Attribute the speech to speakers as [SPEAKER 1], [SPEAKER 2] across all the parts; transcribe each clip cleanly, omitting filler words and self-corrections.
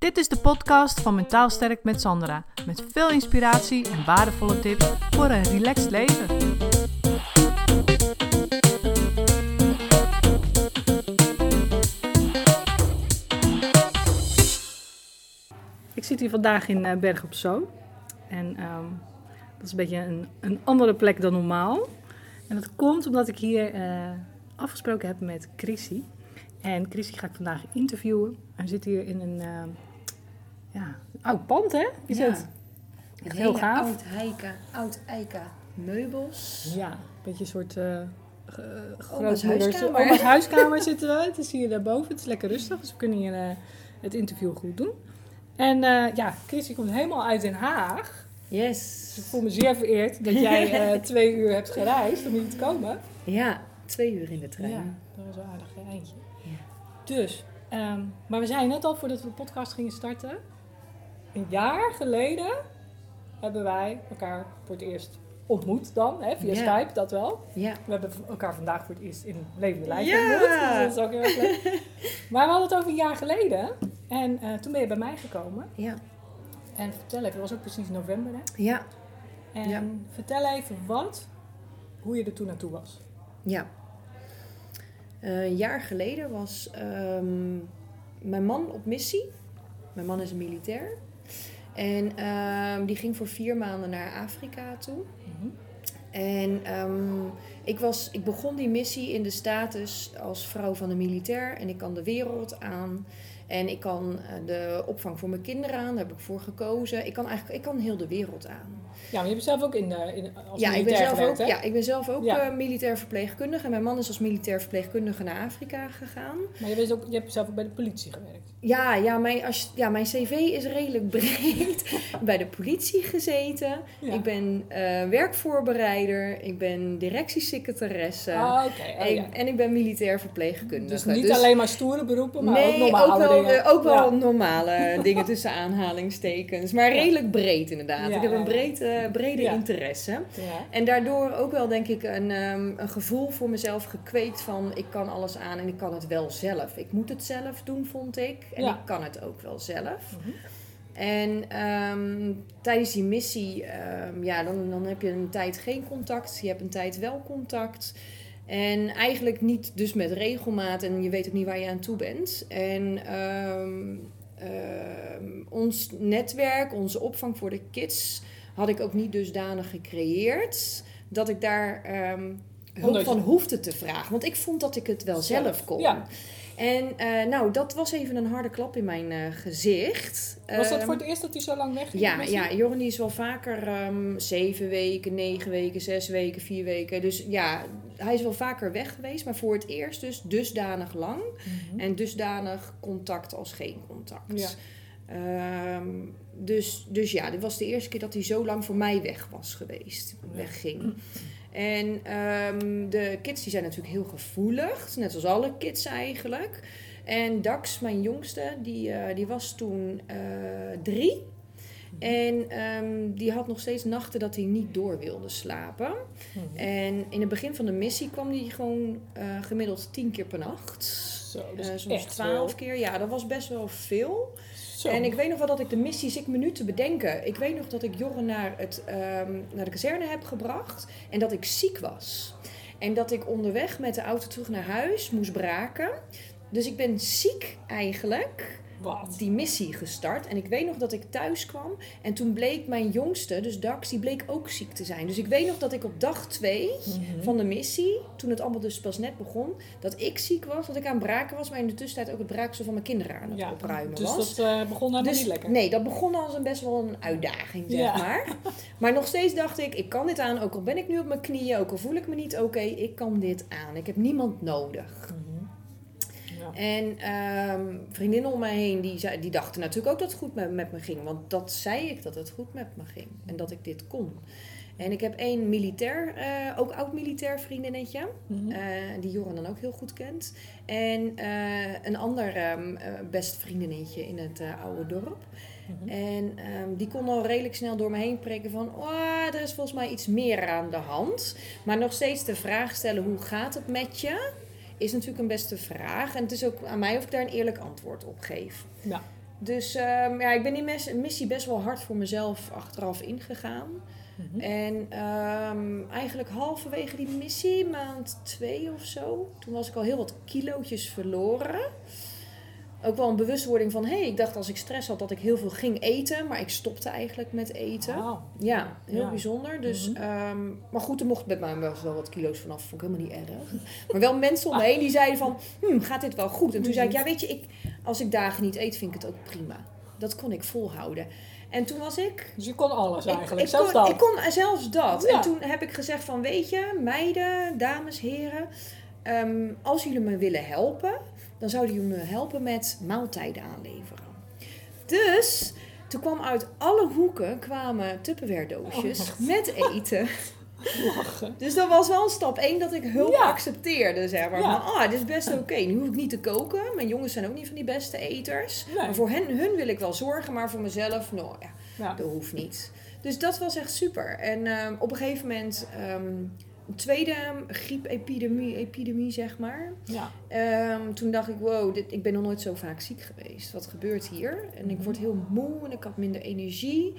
[SPEAKER 1] Dit is de podcast van Mentaal Sterk met Sandra. Met veel inspiratie en waardevolle tips voor een relaxed leven. Ik zit hier vandaag in Berg op Zoom. En dat is een beetje een andere plek dan normaal. En dat komt omdat ik hier afgesproken heb met Chrissy. En Chrissy ga ik vandaag interviewen. Hij zit hier in een oud pand, hè? Is het? Echt heel gaaf.
[SPEAKER 2] Oud Eika meubels.
[SPEAKER 1] Ja, een beetje een soort
[SPEAKER 2] Oma's huiskamer.
[SPEAKER 1] Oma's huiskamer zitten we. Het is hier daarboven. Het is lekker rustig, dus we kunnen hier het interview goed doen. En Chrissy komt helemaal uit Den Haag.
[SPEAKER 2] Yes.
[SPEAKER 1] Dus ik voel me zeer vereerd dat jij 2 uur hebt gereisd om hier te komen.
[SPEAKER 2] Ja, 2 uur in de trein.
[SPEAKER 1] Ja, dat was een aardig eindje. Ja. Dus, maar we zeiden net al voordat we de podcast gingen starten. Een jaar geleden hebben wij elkaar voor het eerst ontmoet dan, hè, via Skype, dat wel.
[SPEAKER 2] Ja.
[SPEAKER 1] We hebben elkaar vandaag voor het eerst in levende lijf ontmoet, dus dat is ook heel erg leuk. Maar we hadden het over een jaar geleden en toen ben je bij mij gekomen.
[SPEAKER 2] Ja.
[SPEAKER 1] En vertel even, dat was ook precies november, hè?
[SPEAKER 2] Ja.
[SPEAKER 1] En vertel even hoe je er toen naartoe was.
[SPEAKER 2] Ja. Een jaar geleden was mijn man op missie. Mijn man is een militair. En die ging voor 4 maanden naar Afrika toe. Mm-hmm. En ik begon die missie in de status als vrouw van een militair. En ik kan de wereld aan. En ik kan de opvang voor mijn kinderen aan. Daar heb ik voor gekozen. Ik kan heel de wereld aan.
[SPEAKER 1] Ja, maar je bent zelf ook als militair gewerkt, hè?
[SPEAKER 2] Ja, ik ben zelf ook militair verpleegkundige. En mijn man is als militair verpleegkundige naar Afrika gegaan.
[SPEAKER 1] Maar je hebt zelf ook bij de politie gewerkt?
[SPEAKER 2] Ja, mijn cv is redelijk breed. Bij de politie gezeten. Ja. Ik ben werkvoorbereider. Ik ben directiesecretaresse. En ik ben militair verpleegkundige.
[SPEAKER 1] Dus niet alleen maar stoere beroepen, maar ook normale dingen.
[SPEAKER 2] Ook wel normale dingen tussen aanhalingstekens. Maar redelijk breed inderdaad. Ja, ik heb een brede interesse. Ja. En daardoor ook wel denk ik een gevoel voor mezelf gekweekt van ik kan alles aan en ik kan het wel zelf. Ik moet het zelf doen, vond ik. En ik kan het ook wel zelf. Mm-hmm. En tijdens die missie, dan heb je een tijd geen contact. Je hebt een tijd wel contact. En eigenlijk niet dus met regelmaat. En je weet ook niet waar je aan toe bent. En ons netwerk, onze opvang voor de kids, had ik ook niet dusdanig gecreëerd dat ik daar hulp van hoefde te vragen. Want ik vond dat ik het wel zelf kon. Ja. En dat was even een harde klap in mijn gezicht.
[SPEAKER 1] Was dat voor het eerst dat hij zo lang weg ging?
[SPEAKER 2] Ja, Jornie is wel vaker 7 weken, 9 weken, 6 weken, 4 weken. Dus ja, hij is wel vaker weg geweest. Maar voor het eerst dus dusdanig lang. Mm-hmm. En dusdanig contact als geen contact. Ja. Dus dit was de eerste keer dat hij zo lang voor mij weg was geweest. Wegging. En de kids die zijn natuurlijk heel gevoelig. Net als alle kids eigenlijk. En Dax, mijn jongste, die was toen 3. En die had nog steeds nachten dat hij niet door wilde slapen. Mm-hmm. En in het begin van de missie kwam hij gewoon gemiddeld 10 keer per nacht.
[SPEAKER 1] Zo, dus
[SPEAKER 2] soms 12 keer. Ja, dat was best wel veel. Zo. En ik weet nog wel dat ik de missie zit me nu te bedenken. Ik weet nog dat ik Jorre naar de kazerne heb gebracht. En dat ik ziek was. En dat ik onderweg met de auto terug naar huis moest braken. Dus ik ben ziek eigenlijk die missie gestart. En ik weet nog dat ik thuis kwam. En toen bleek mijn jongste, dus Dax, die bleek ook ziek te zijn. Dus ik weet nog dat ik op dag 2 van de missie, toen het allemaal dus pas net begon, dat ik ziek was, dat ik aan het braken was. Maar in de tussentijd ook het braaksel van mijn kinderen aan het opruimen was.
[SPEAKER 1] Dus dat begon helemaal niet lekker?
[SPEAKER 2] Nee, dat begon als best wel een uitdaging, zeg maar. Maar nog steeds dacht ik kan dit aan. Ook al ben ik nu op mijn knieën, ook al voel ik me niet oké, ik kan dit aan. Ik heb niemand nodig. Ja. En vriendinnen om mij heen, die dachten natuurlijk ook dat het goed met me ging. Want dat zei ik, dat het goed met me ging. En dat ik dit kon. En ik heb 1 militair, ook oud-militair vriendinnetje. Mm-hmm. Die Jorre dan ook heel goed kent. En een ander best vriendinnetje in het oude dorp. Mm-hmm. En die kon al redelijk snel door me heen prikken van er is volgens mij iets meer aan de hand. Maar nog steeds de vraag stellen, hoe gaat het met je? Is natuurlijk een beste vraag. En het is ook aan mij of ik daar een eerlijk antwoord op geef. Ja. Dus ik ben die missie best wel hard voor mezelf achteraf ingegaan.
[SPEAKER 1] Mhm.
[SPEAKER 2] En eigenlijk halverwege die missie, maand 2 of zo, toen was ik al heel wat kilootjes verloren. Ook wel een bewustwording van, ik dacht als ik stress had dat ik heel veel ging eten, maar ik stopte eigenlijk met eten.
[SPEAKER 1] Wow.
[SPEAKER 2] Ja, heel
[SPEAKER 1] Ja.
[SPEAKER 2] bijzonder. Dus,
[SPEAKER 1] Mhm.
[SPEAKER 2] maar goed, er mocht met mij wel wat kilo's vanaf, vond ik helemaal niet erg. Maar wel mensen om me heen die zeiden van, gaat dit wel goed? En toen zei ik, ja weet je, als ik dagen niet eet, vind ik het ook prima. Dat kon ik volhouden. En toen was ik...
[SPEAKER 1] Dus je kon alles eigenlijk,
[SPEAKER 2] Ik kon zelfs dat.
[SPEAKER 1] Ja.
[SPEAKER 2] En toen heb ik gezegd van, weet je, meiden, dames, heren, als jullie me willen helpen, dan zouden jullie me helpen met maaltijden aanleveren. Dus toen kwam uit alle hoeken Tupperware doosjes met eten.
[SPEAKER 1] Lachen.
[SPEAKER 2] Dus dat was wel stap 1 dat ik hulp
[SPEAKER 1] Ja.
[SPEAKER 2] accepteerde, zeg maar.
[SPEAKER 1] Ja.
[SPEAKER 2] Van, dit is best oké. Nu hoef ik niet te koken. Mijn jongens zijn ook niet van die beste eters.
[SPEAKER 1] Nee.
[SPEAKER 2] Maar voor hun wil ik wel zorgen, maar voor mezelf,
[SPEAKER 1] Ja.
[SPEAKER 2] dat hoeft niet. Dus dat was echt super. En op een gegeven moment, een tweede griepepidemie, zeg maar.
[SPEAKER 1] Ja.
[SPEAKER 2] Toen dacht ik, wow, ik ben nog nooit zo vaak ziek geweest. Wat gebeurt hier? En ik word heel moe en ik had minder energie.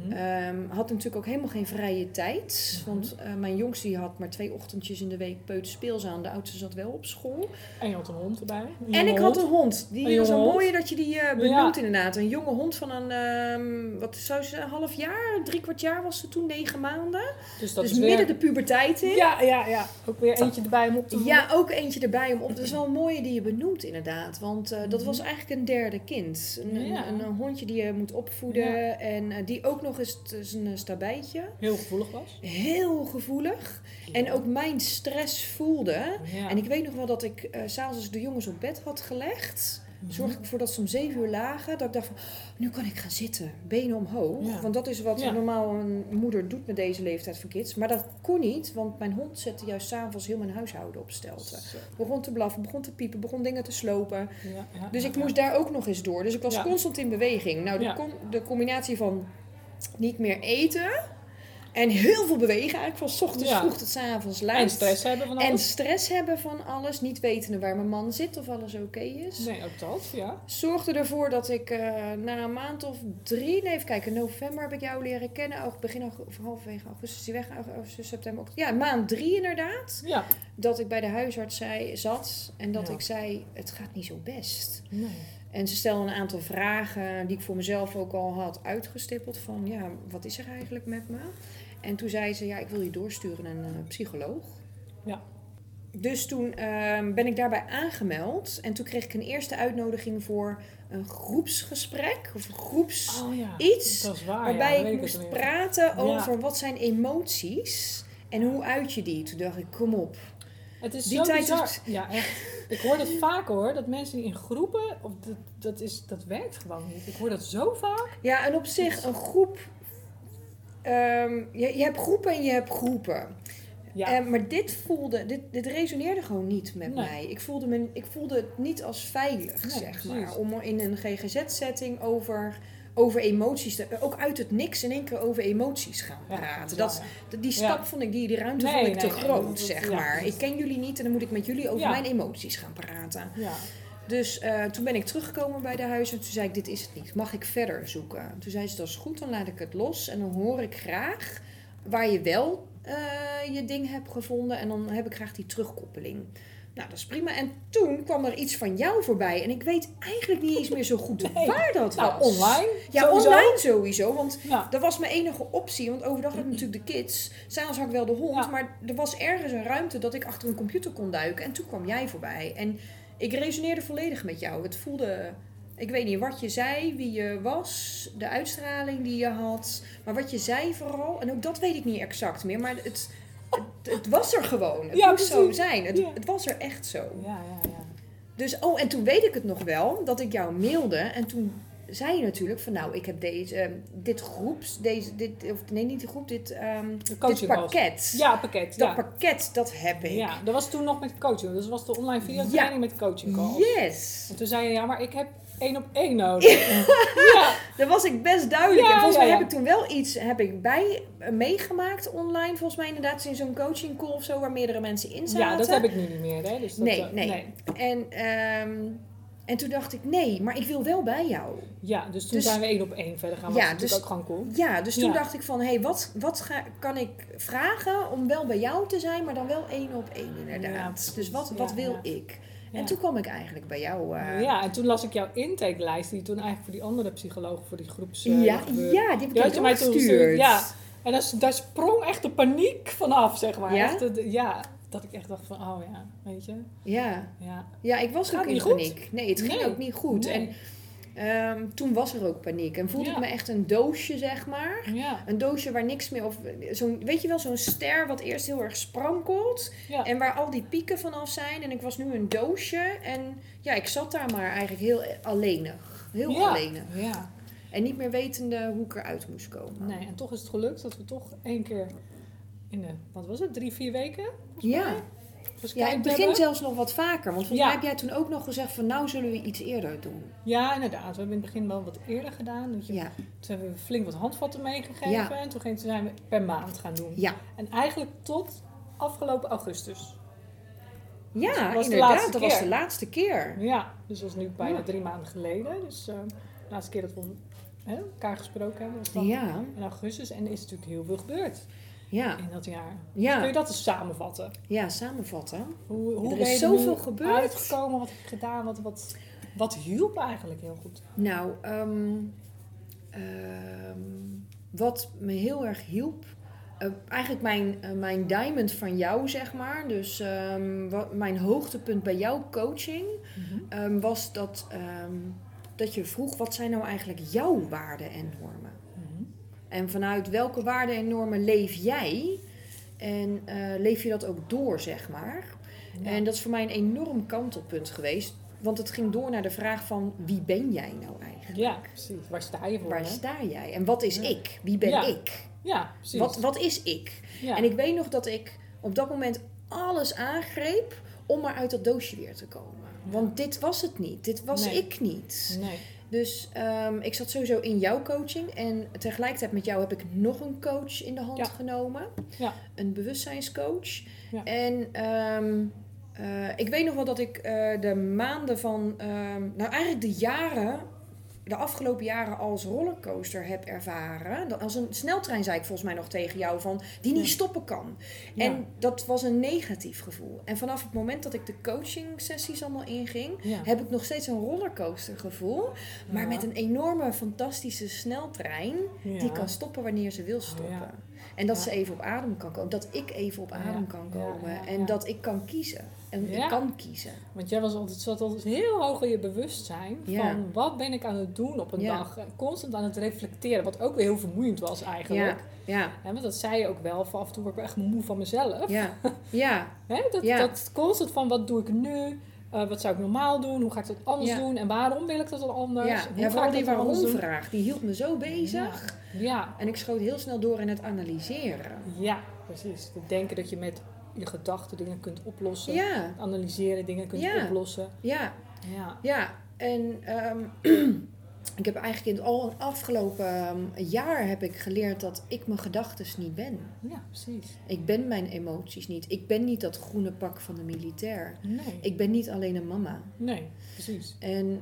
[SPEAKER 2] Had natuurlijk ook helemaal geen vrije tijd. Want mijn jongste die had maar 2 ochtendjes in de week peuterspeelzaal. De oudste zat wel op school.
[SPEAKER 1] En je had een hond erbij.
[SPEAKER 2] En ik had een hond. Die
[SPEAKER 1] Een
[SPEAKER 2] was
[SPEAKER 1] jonge
[SPEAKER 2] een
[SPEAKER 1] hond?
[SPEAKER 2] mooie dat je die benoemt
[SPEAKER 1] Ja.
[SPEAKER 2] inderdaad. Een jonge hond van wat zou ze zeggen, half jaar, 3/4 jaar was ze toen, 9 maanden.
[SPEAKER 1] Dus dat
[SPEAKER 2] Dus
[SPEAKER 1] is
[SPEAKER 2] midden
[SPEAKER 1] weer...
[SPEAKER 2] de puberteit in.
[SPEAKER 1] Ja. Ook weer eentje erbij om op te voeden.
[SPEAKER 2] Ja, ook eentje erbij om op. Dat is wel een mooie die je benoemt inderdaad. Want dat was eigenlijk een derde kind. Een hondje die je moet opvoeden.
[SPEAKER 1] Ja.
[SPEAKER 2] En die ook nog eens een stabijtje.
[SPEAKER 1] Heel gevoelig was.
[SPEAKER 2] Heel gevoelig. En ook mijn stress voelde.
[SPEAKER 1] Ja.
[SPEAKER 2] En ik weet nog wel dat ik s'avonds als ik de jongens op bed had gelegd, zorg ik ervoor dat ze om 7 uur lagen. Dat ik dacht van, nu kan ik gaan zitten. Benen omhoog.
[SPEAKER 1] Ja.
[SPEAKER 2] Want dat is wat
[SPEAKER 1] Ja.
[SPEAKER 2] normaal een moeder doet met deze leeftijd van kids. Maar dat kon niet, want mijn hond zette juist s'avonds heel mijn huishouden op stelte. Begon te blaffen, begon te piepen, begon dingen te slopen.
[SPEAKER 1] Ja.
[SPEAKER 2] Dus ik moest daar ook nog eens door. Dus ik was
[SPEAKER 1] Ja.
[SPEAKER 2] constant in beweging. Nou,
[SPEAKER 1] Ja.
[SPEAKER 2] de combinatie van niet meer eten en heel veel bewegen eigenlijk. Van 's ochtends
[SPEAKER 1] Ja.
[SPEAKER 2] vroeg tot 's avonds laat.
[SPEAKER 1] En stress hebben van alles.
[SPEAKER 2] En stress hebben van alles. Niet wetende waar mijn man zit of alles oké is.
[SPEAKER 1] Nee, ook dat, ja.
[SPEAKER 2] Zorgde ervoor dat ik na een maand of 3... Nee, even kijken. November heb ik jou leren kennen. Halverwege augustus is hij weg. Augustus, september. Ja, maand 3 inderdaad.
[SPEAKER 1] Ja.
[SPEAKER 2] Dat ik bij de huisarts zat. En dat
[SPEAKER 1] Ja.
[SPEAKER 2] ik zei, het gaat niet zo best.
[SPEAKER 1] Nee.
[SPEAKER 2] En ze stelde een aantal vragen die ik voor mezelf ook al had uitgestippeld. Van ja, wat is er eigenlijk met me? En toen zei ze, ja, ik wil je doorsturen naar een psycholoog.
[SPEAKER 1] Ja.
[SPEAKER 2] Dus toen ben ik daarbij aangemeld. En toen kreeg ik een eerste uitnodiging voor een groepsgesprek. Of iets.
[SPEAKER 1] Dat is waar,
[SPEAKER 2] Waarbij
[SPEAKER 1] ja, weet
[SPEAKER 2] ik
[SPEAKER 1] het
[SPEAKER 2] moest
[SPEAKER 1] weer.
[SPEAKER 2] praten over wat zijn emoties. En hoe uit je die? Toen dacht ik, kom op.
[SPEAKER 1] Het is
[SPEAKER 2] Die
[SPEAKER 1] zo
[SPEAKER 2] tijd
[SPEAKER 1] bizar.
[SPEAKER 2] is-
[SPEAKER 1] Ja, echt. Ik hoor dat vaak hoor, dat mensen die in groepen, dat werkt gewoon niet. Ik hoor dat zo vaak.
[SPEAKER 2] Ja, en op zich een groep... je hebt groepen en je hebt groepen.
[SPEAKER 1] Ja.
[SPEAKER 2] Maar dit resoneerde gewoon niet met
[SPEAKER 1] Nee.
[SPEAKER 2] mij. Ik voelde het niet als veilig,
[SPEAKER 1] Nee,
[SPEAKER 2] zeg
[SPEAKER 1] precies.
[SPEAKER 2] maar. Om in een GGZ-setting over emoties ook uit het niks in één keer over emoties gaan
[SPEAKER 1] Ja,
[SPEAKER 2] praten.
[SPEAKER 1] bizar,
[SPEAKER 2] Die stap vond ik, die ruimte
[SPEAKER 1] Nee,
[SPEAKER 2] vond ik te
[SPEAKER 1] nee,
[SPEAKER 2] groot,
[SPEAKER 1] dat-
[SPEAKER 2] zeg
[SPEAKER 1] ja,
[SPEAKER 2] maar.
[SPEAKER 1] dat-
[SPEAKER 2] Ik ken jullie niet en dan moet ik met jullie over
[SPEAKER 1] Ja.
[SPEAKER 2] mijn emoties gaan praten.
[SPEAKER 1] Ja.
[SPEAKER 2] Dus toen ben ik teruggekomen bij de huis en toen zei ik, dit is het niet. Mag ik verder zoeken? Toen zei ze, dat is goed, dan laat ik het los. En dan hoor ik graag waar je wel je ding hebt gevonden. En dan heb ik graag die terugkoppeling. Nou, dat is prima. En toen kwam er iets van jou voorbij. En ik weet eigenlijk niet eens meer zo goed
[SPEAKER 1] Nee.
[SPEAKER 2] waar dat
[SPEAKER 1] Nou,
[SPEAKER 2] was.
[SPEAKER 1] online.
[SPEAKER 2] Ja,
[SPEAKER 1] sowieso.
[SPEAKER 2] online sowieso. Want
[SPEAKER 1] Ja.
[SPEAKER 2] dat was mijn enige optie. Want overdag had ik natuurlijk de kids. S'avonds had ik wel de hond.
[SPEAKER 1] Ja.
[SPEAKER 2] Maar er was ergens een ruimte dat ik achter een computer kon duiken. En toen kwam jij voorbij. En ik resoneerde volledig met jou. Het voelde... Ik weet niet wat je zei, wie je was, de uitstraling die je had. Maar wat je zei vooral. En ook dat weet ik niet exact meer. Maar het was er gewoon. Het
[SPEAKER 1] Ja,
[SPEAKER 2] moest zo
[SPEAKER 1] precies.
[SPEAKER 2] zijn.
[SPEAKER 1] Ja.
[SPEAKER 2] Het was er echt zo.
[SPEAKER 1] Ja.
[SPEAKER 2] Dus, en toen weet ik het nog wel, dat ik jou mailde. En toen zei je natuurlijk van, nou, ik heb dit
[SPEAKER 1] coaching
[SPEAKER 2] pakket.
[SPEAKER 1] Ja, pakket.
[SPEAKER 2] Dat
[SPEAKER 1] Ja.
[SPEAKER 2] pakket, dat heb ik.
[SPEAKER 1] Ja, dat was toen nog met coaching. Dus dat was de online videotraining met coaching calls.
[SPEAKER 2] Yes.
[SPEAKER 1] En toen zei je, ja, maar ik heb 1-op-1 nodig. Ja.
[SPEAKER 2] Daar was ik best duidelijk.
[SPEAKER 1] Ja,
[SPEAKER 2] En volgens mij
[SPEAKER 1] ja.
[SPEAKER 2] heb ik toen wel iets meegemaakt online. Volgens mij inderdaad in zo'n coaching call of zo, waar meerdere mensen in zaten.
[SPEAKER 1] Ja, dat heb ik nu niet meer. Hè? Dus dat,
[SPEAKER 2] Nee. En En toen dacht ik, nee, maar ik wil wel bij jou.
[SPEAKER 1] Ja, dus toen zijn we 1 op 1 verder gaan. Wat natuurlijk ook gewoon cool.
[SPEAKER 2] Ja, dus toen dacht ik van, hé, wat kan ik vragen om wel bij jou te zijn, maar dan wel 1 op 1 inderdaad. Ja, dus wat wil ik? En toen kwam ik eigenlijk bij jou.
[SPEAKER 1] Ja, en toen las ik jouw intake-lijst, die toen eigenlijk voor die andere psychologen, voor die groeps...
[SPEAKER 2] die heb ik je mij toegestuurd.
[SPEAKER 1] Ja, en daar sprong echt de paniek vanaf, zeg maar.
[SPEAKER 2] Ja?
[SPEAKER 1] Echt, dat ik echt dacht van, oh ja, weet je.
[SPEAKER 2] Ja, ik was ook in paniek. Nee, het ging ook niet goed.
[SPEAKER 1] Nee.
[SPEAKER 2] En toen was er ook paniek. En voelde ik me echt een doosje, zeg maar.
[SPEAKER 1] Ja.
[SPEAKER 2] Een doosje waar niks meer... weet je wel, zo'n ster wat eerst heel erg sprankelt. Ja. En waar al die pieken vanaf zijn. En ik was nu een doosje. En ja, ik zat daar maar eigenlijk heel alleenig. Heel alleenig. Ja. En niet meer wetende hoe ik eruit moest komen.
[SPEAKER 1] Nee, en toch is het gelukt dat we toch 1 keer in de... Wat was het? 3-4 weken?
[SPEAKER 2] Ja. Ja, in het begin zelfs nog wat vaker. Want volgens mij heb jij toen ook nog gezegd van nou zullen we iets eerder doen.
[SPEAKER 1] Ja, inderdaad. We hebben in het begin wel wat eerder gedaan. Toen hebben we flink wat handvatten meegegeven. Ja. En toen zijn we per maand gaan doen. Ja. En eigenlijk tot afgelopen augustus.
[SPEAKER 2] Ja, dus inderdaad. Dat was de laatste keer.
[SPEAKER 1] Ja, dus dat was nu bijna 3 maanden geleden. Dus de laatste keer dat we elkaar gesproken hebben was dan in augustus. En er is natuurlijk heel veel gebeurd. Ja. In dat jaar. Ja. Dus kun je dat eens samenvatten?
[SPEAKER 2] Ja, samenvatten.
[SPEAKER 1] Hoe
[SPEAKER 2] er is zoveel gebeurd.
[SPEAKER 1] Uitgekomen, wat heb je gedaan? Wat hielp eigenlijk heel goed?
[SPEAKER 2] Nou, wat me heel erg hielp... eigenlijk mijn diamond van jou, zeg maar. Dus mijn hoogtepunt bij jouw coaching... was dat je vroeg... wat zijn nou eigenlijk jouw waarden en normen? En vanuit welke waarden en normen leef jij? En leef je dat ook door, zeg maar? Ja. En dat is voor mij een enorm kantelpunt geweest. Want het ging door naar de vraag van... wie ben jij nou eigenlijk?
[SPEAKER 1] Ja, precies. Waar sta je voor?
[SPEAKER 2] Waar sta jij? En wat is ik? Wie ben ik?
[SPEAKER 1] Ja, precies.
[SPEAKER 2] Wat is ik? Ja. En ik weet nog dat ik op dat moment alles aangreep... om maar uit dat doosje weer te komen. Want dit was het niet. Dit was ik niet. Nee. Dus ik zat sowieso in jouw coaching. En tegelijkertijd met jou heb ik nog een coach in de hand genomen. Ja. Een bewustzijnscoach. Ja. En ik weet nog wel dat ik de maanden van... nou eigenlijk de afgelopen jaren als rollercoaster heb ervaren. Als een sneltrein zei ik volgens mij nog tegen jou van... die niet stoppen kan. Ja. En dat was een negatief gevoel. En vanaf het moment dat ik de coaching sessies allemaal inging... heb ik nog steeds een rollercoaster gevoel. Maar met een enorme fantastische sneltrein... die kan stoppen wanneer ze wil stoppen. Ja. En dat ze even op adem kan komen. Dat ik even op adem kan komen. En dat ik kan kiezen. En ik kan kiezen.
[SPEAKER 1] Want jij zat altijd heel hoog in je bewustzijn. Van wat ben ik aan het doen op een dag. Constant aan het reflecteren. Wat ook weer heel vermoeiend was eigenlijk. Ja. Want dat zei je ook wel. Af en toe word ik echt moe van mezelf. Ja. Dat constant van wat doe ik nu? Wat zou ik normaal doen? Hoe ga ik dat anders doen? En waarom wil ik dat dan anders?
[SPEAKER 2] Vooral die waarom-vraag. Die hield me zo bezig. Ja. En ik schoot heel snel door in het analyseren.
[SPEAKER 1] Ja, precies. Het denken dat je met je gedachten dingen kunt oplossen. Analyseren dingen kunt oplossen.
[SPEAKER 2] Ja. En ik heb eigenlijk in het afgelopen jaar heb ik geleerd dat ik mijn gedachten niet ben.
[SPEAKER 1] Ja, precies.
[SPEAKER 2] Ik ben mijn emoties niet. Ik ben niet dat groene pak van de militair. Nee. Ik ben niet alleen een mama.
[SPEAKER 1] Nee, precies.
[SPEAKER 2] En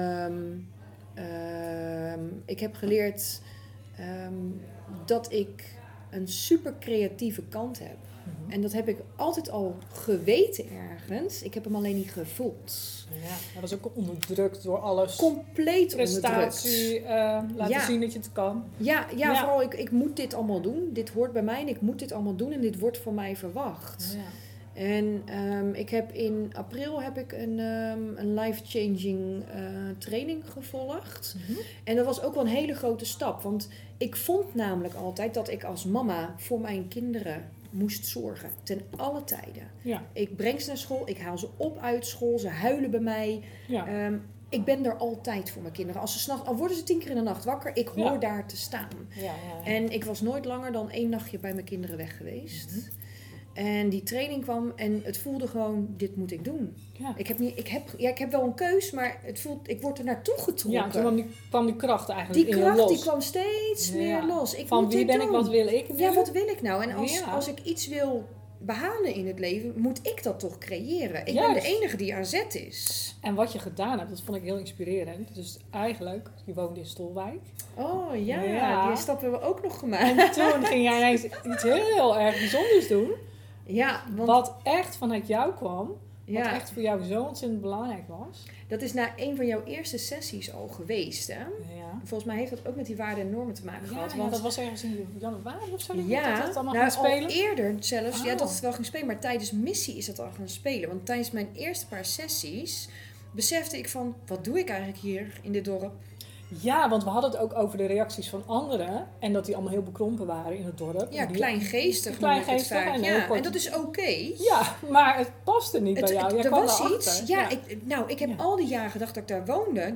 [SPEAKER 2] ik heb geleerd dat ik een super creatieve kant heb. Mm-hmm. En dat heb ik altijd al geweten ergens. Ik heb hem alleen niet gevoeld.
[SPEAKER 1] Ja, dat was ook onderdrukt door alles.
[SPEAKER 2] Compleet
[SPEAKER 1] prestatie, laten zien dat je het kan.
[SPEAKER 2] Ja. Vooral ik moet dit allemaal doen. Dit hoort bij mij en ik moet dit allemaal doen en dit wordt voor mij verwacht. Ja. En ik heb in april een life-changing training gevolgd. Mm-hmm. En dat was ook wel een hele grote stap. Want ik vond namelijk altijd dat ik als mama voor mijn kinderen moest zorgen. Ten alle tijden. Ja. Ik breng ze naar school, ik haal ze op uit school, ze huilen bij mij. Ja. Ik ben er altijd voor mijn kinderen. Als ze 's nachts, al worden ze 10 keer in de nacht wakker, ik hoor daar te staan. Ja. En ik was nooit langer dan 1 nachtje bij mijn kinderen weg geweest. Mm-hmm. En die training kwam en het voelde gewoon, dit moet ik doen. Ja. Ik heb wel een keus, maar het voelt, ik word er naartoe getrokken.
[SPEAKER 1] Ja, toen kwam die kracht eigenlijk
[SPEAKER 2] in los. Die kwam steeds meer los.
[SPEAKER 1] Van wie ben ik, wat wil ik nu?
[SPEAKER 2] Ja, wat wil ik nou? En als ik iets wil behalen in het leven, moet ik dat toch creëren. Ik ben de enige die aan zet is.
[SPEAKER 1] En wat je gedaan hebt, dat vond ik heel inspirerend. Dus eigenlijk, je woonde in Stolwijk.
[SPEAKER 2] Oh ja, die stap hebben we ook nog gemaakt.
[SPEAKER 1] En toen ging jij ineens iets heel erg bijzonders doen.
[SPEAKER 2] Ja, want
[SPEAKER 1] wat echt vanuit jou kwam. Wat
[SPEAKER 2] ja,
[SPEAKER 1] echt voor jou zo ontzettend belangrijk was.
[SPEAKER 2] dat is na een van jouw eerste sessies al geweest, hè?
[SPEAKER 1] Ja.
[SPEAKER 2] Volgens mij heeft dat ook met die waarden en normen te maken gehad.
[SPEAKER 1] Ja,
[SPEAKER 2] Want
[SPEAKER 1] dat was ergens in januari of zo.
[SPEAKER 2] ja,
[SPEAKER 1] dat het allemaal
[SPEAKER 2] nou,
[SPEAKER 1] ging spelen.
[SPEAKER 2] al eerder zelfs,
[SPEAKER 1] Oh.
[SPEAKER 2] ja, dat het wel ging spelen. Maar tijdens missie is het al gaan spelen. Want tijdens mijn eerste paar sessies besefte ik van, wat doe ik eigenlijk hier in dit dorp?
[SPEAKER 1] Ja, want we hadden het ook over de reacties van anderen. En dat die allemaal heel bekrompen waren in het dorp.
[SPEAKER 2] Ja,
[SPEAKER 1] Die-
[SPEAKER 2] kleingeestig.
[SPEAKER 1] Kleingeestig
[SPEAKER 2] noem ik het vaak.
[SPEAKER 1] en heel
[SPEAKER 2] Ja,
[SPEAKER 1] kort.
[SPEAKER 2] en dat is oké.
[SPEAKER 1] Ja, maar het paste niet bij jou. Jij
[SPEAKER 2] Er
[SPEAKER 1] kwam
[SPEAKER 2] was
[SPEAKER 1] daarachter.
[SPEAKER 2] iets. Ja, ik heb
[SPEAKER 1] Ja.
[SPEAKER 2] al die jaren gedacht dat ik daar woonde,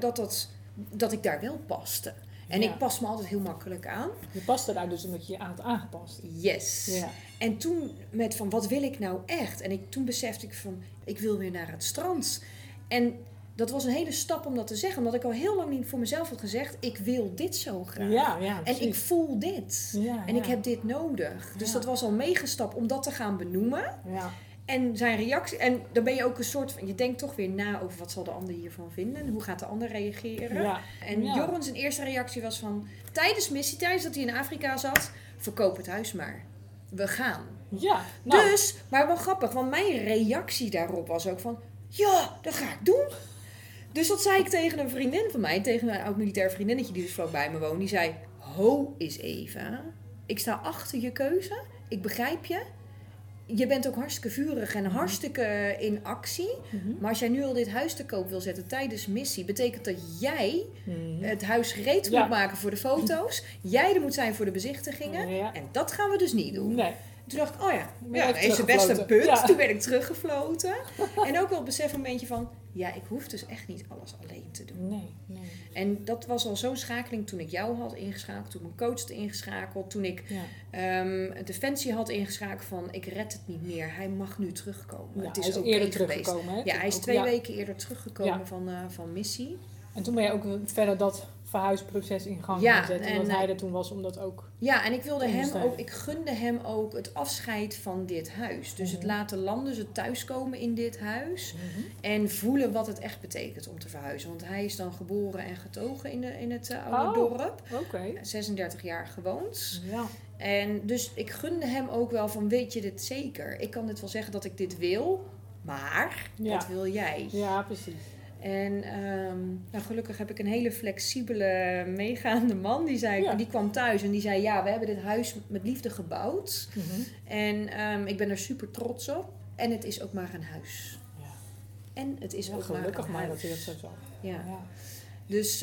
[SPEAKER 2] dat ik daar wel paste. En
[SPEAKER 1] Ja.
[SPEAKER 2] ik pas me altijd heel makkelijk aan.
[SPEAKER 1] Je paste daar dus omdat je je aan had aangepast.
[SPEAKER 2] Yes.
[SPEAKER 1] Ja.
[SPEAKER 2] En toen met van, wat wil ik nou echt? En toen besefte ik van, ik wil weer naar het strand. En dat was een hele stap om dat te zeggen. Omdat ik al heel lang niet voor mezelf had gezegd, ik wil dit zo graag.
[SPEAKER 1] Ja,
[SPEAKER 2] En
[SPEAKER 1] precies.
[SPEAKER 2] ik voel dit.
[SPEAKER 1] Ja,
[SPEAKER 2] En ik heb dit nodig. Dus
[SPEAKER 1] Ja.
[SPEAKER 2] dat was al meegestapt om dat te gaan benoemen.
[SPEAKER 1] Ja.
[SPEAKER 2] En zijn reactie. En dan ben je ook een soort van. Je denkt toch weer na over wat zal de ander hiervan vinden. En hoe gaat de ander reageren.
[SPEAKER 1] Ja.
[SPEAKER 2] En
[SPEAKER 1] Ja.
[SPEAKER 2] Jorren zijn eerste reactie was van. Tijdens dat hij in Afrika zat. Verkoop het huis maar. We gaan.
[SPEAKER 1] Ja, nou,
[SPEAKER 2] Dus, maar wel grappig. Want mijn reactie daarop was ook van. Ja, dat ga ik doen. Dus dat zei ik tegen een vriendin van mij. Tegen een oud-militair vriendinnetje die dus vlak bij me woont. Die zei. Ho eens even. Ik sta achter je keuze. Ik begrijp je. Je bent ook hartstikke vurig en hartstikke in actie.
[SPEAKER 1] Mhm.
[SPEAKER 2] Maar als jij nu al dit huis te koop wil zetten tijdens missie, betekent dat jij het huis gereed
[SPEAKER 1] Ja.
[SPEAKER 2] moet maken voor de foto's. Jij er moet zijn voor de bezichtigingen.
[SPEAKER 1] Ja.
[SPEAKER 2] En dat gaan we dus niet doen.
[SPEAKER 1] Nee.
[SPEAKER 2] Toen dacht ik, oh ja,
[SPEAKER 1] Ben je even
[SPEAKER 2] is het best een
[SPEAKER 1] teruggefloten.
[SPEAKER 2] punt.
[SPEAKER 1] Ja.
[SPEAKER 2] Toen werd ik teruggefloten. En ook wel het besef een beetje van, ja, ik hoef dus echt niet alles alleen te doen.
[SPEAKER 1] Nee.
[SPEAKER 2] En dat was al zo'n schakeling toen ik jou had ingeschakeld, toen mijn coach had ingeschakeld, toen ik
[SPEAKER 1] Ja.
[SPEAKER 2] Defensie had ingeschakeld van, ik red het niet meer, hij mag nu terugkomen.
[SPEAKER 1] Ja,
[SPEAKER 2] het
[SPEAKER 1] hij
[SPEAKER 2] is
[SPEAKER 1] is
[SPEAKER 2] oké
[SPEAKER 1] eerder
[SPEAKER 2] geweest.
[SPEAKER 1] teruggekomen. Hè?
[SPEAKER 2] Ja, hij is
[SPEAKER 1] Ook-
[SPEAKER 2] 2 weken eerder teruggekomen
[SPEAKER 1] Ja.
[SPEAKER 2] van missie.
[SPEAKER 1] En toen ben je ook verder dat verhuisproces in gang
[SPEAKER 2] Ja,
[SPEAKER 1] gaan zetten.
[SPEAKER 2] en,
[SPEAKER 1] Omdat hij er toen was om dat ook...
[SPEAKER 2] Ja, en ik wilde hem
[SPEAKER 1] Ondersteunen.
[SPEAKER 2] ook, ik gunde hem ook het afscheid van dit huis. Dus het
[SPEAKER 1] Mhm.
[SPEAKER 2] laten landen, dus het thuiskomen in dit huis. En voelen wat het echt betekent om te verhuizen. Want hij is dan geboren en getogen in het oude
[SPEAKER 1] Oh.
[SPEAKER 2] dorp.
[SPEAKER 1] Oké.
[SPEAKER 2] 36 jaar gewoond.
[SPEAKER 1] Ja.
[SPEAKER 2] En dus ik gunde hem ook wel van, weet je dit zeker? Ik kan dit wel zeggen dat ik dit wil, maar
[SPEAKER 1] Ja.
[SPEAKER 2] wat wil jij?
[SPEAKER 1] Ja, precies.
[SPEAKER 2] En nou, gelukkig heb ik een hele flexibele, meegaande man. Die kwam thuis en die zei, ja, we hebben dit huis met liefde gebouwd.
[SPEAKER 1] Mhm.
[SPEAKER 2] En ik ben er super trots op. En het is ook maar een huis.
[SPEAKER 1] Ja.
[SPEAKER 2] En het is
[SPEAKER 1] Ja,
[SPEAKER 2] ook
[SPEAKER 1] gelukkig
[SPEAKER 2] maar
[SPEAKER 1] maar
[SPEAKER 2] een
[SPEAKER 1] dat hij
[SPEAKER 2] huis.
[SPEAKER 1] dat zo zag.
[SPEAKER 2] Ja.
[SPEAKER 1] Ja.
[SPEAKER 2] Dus,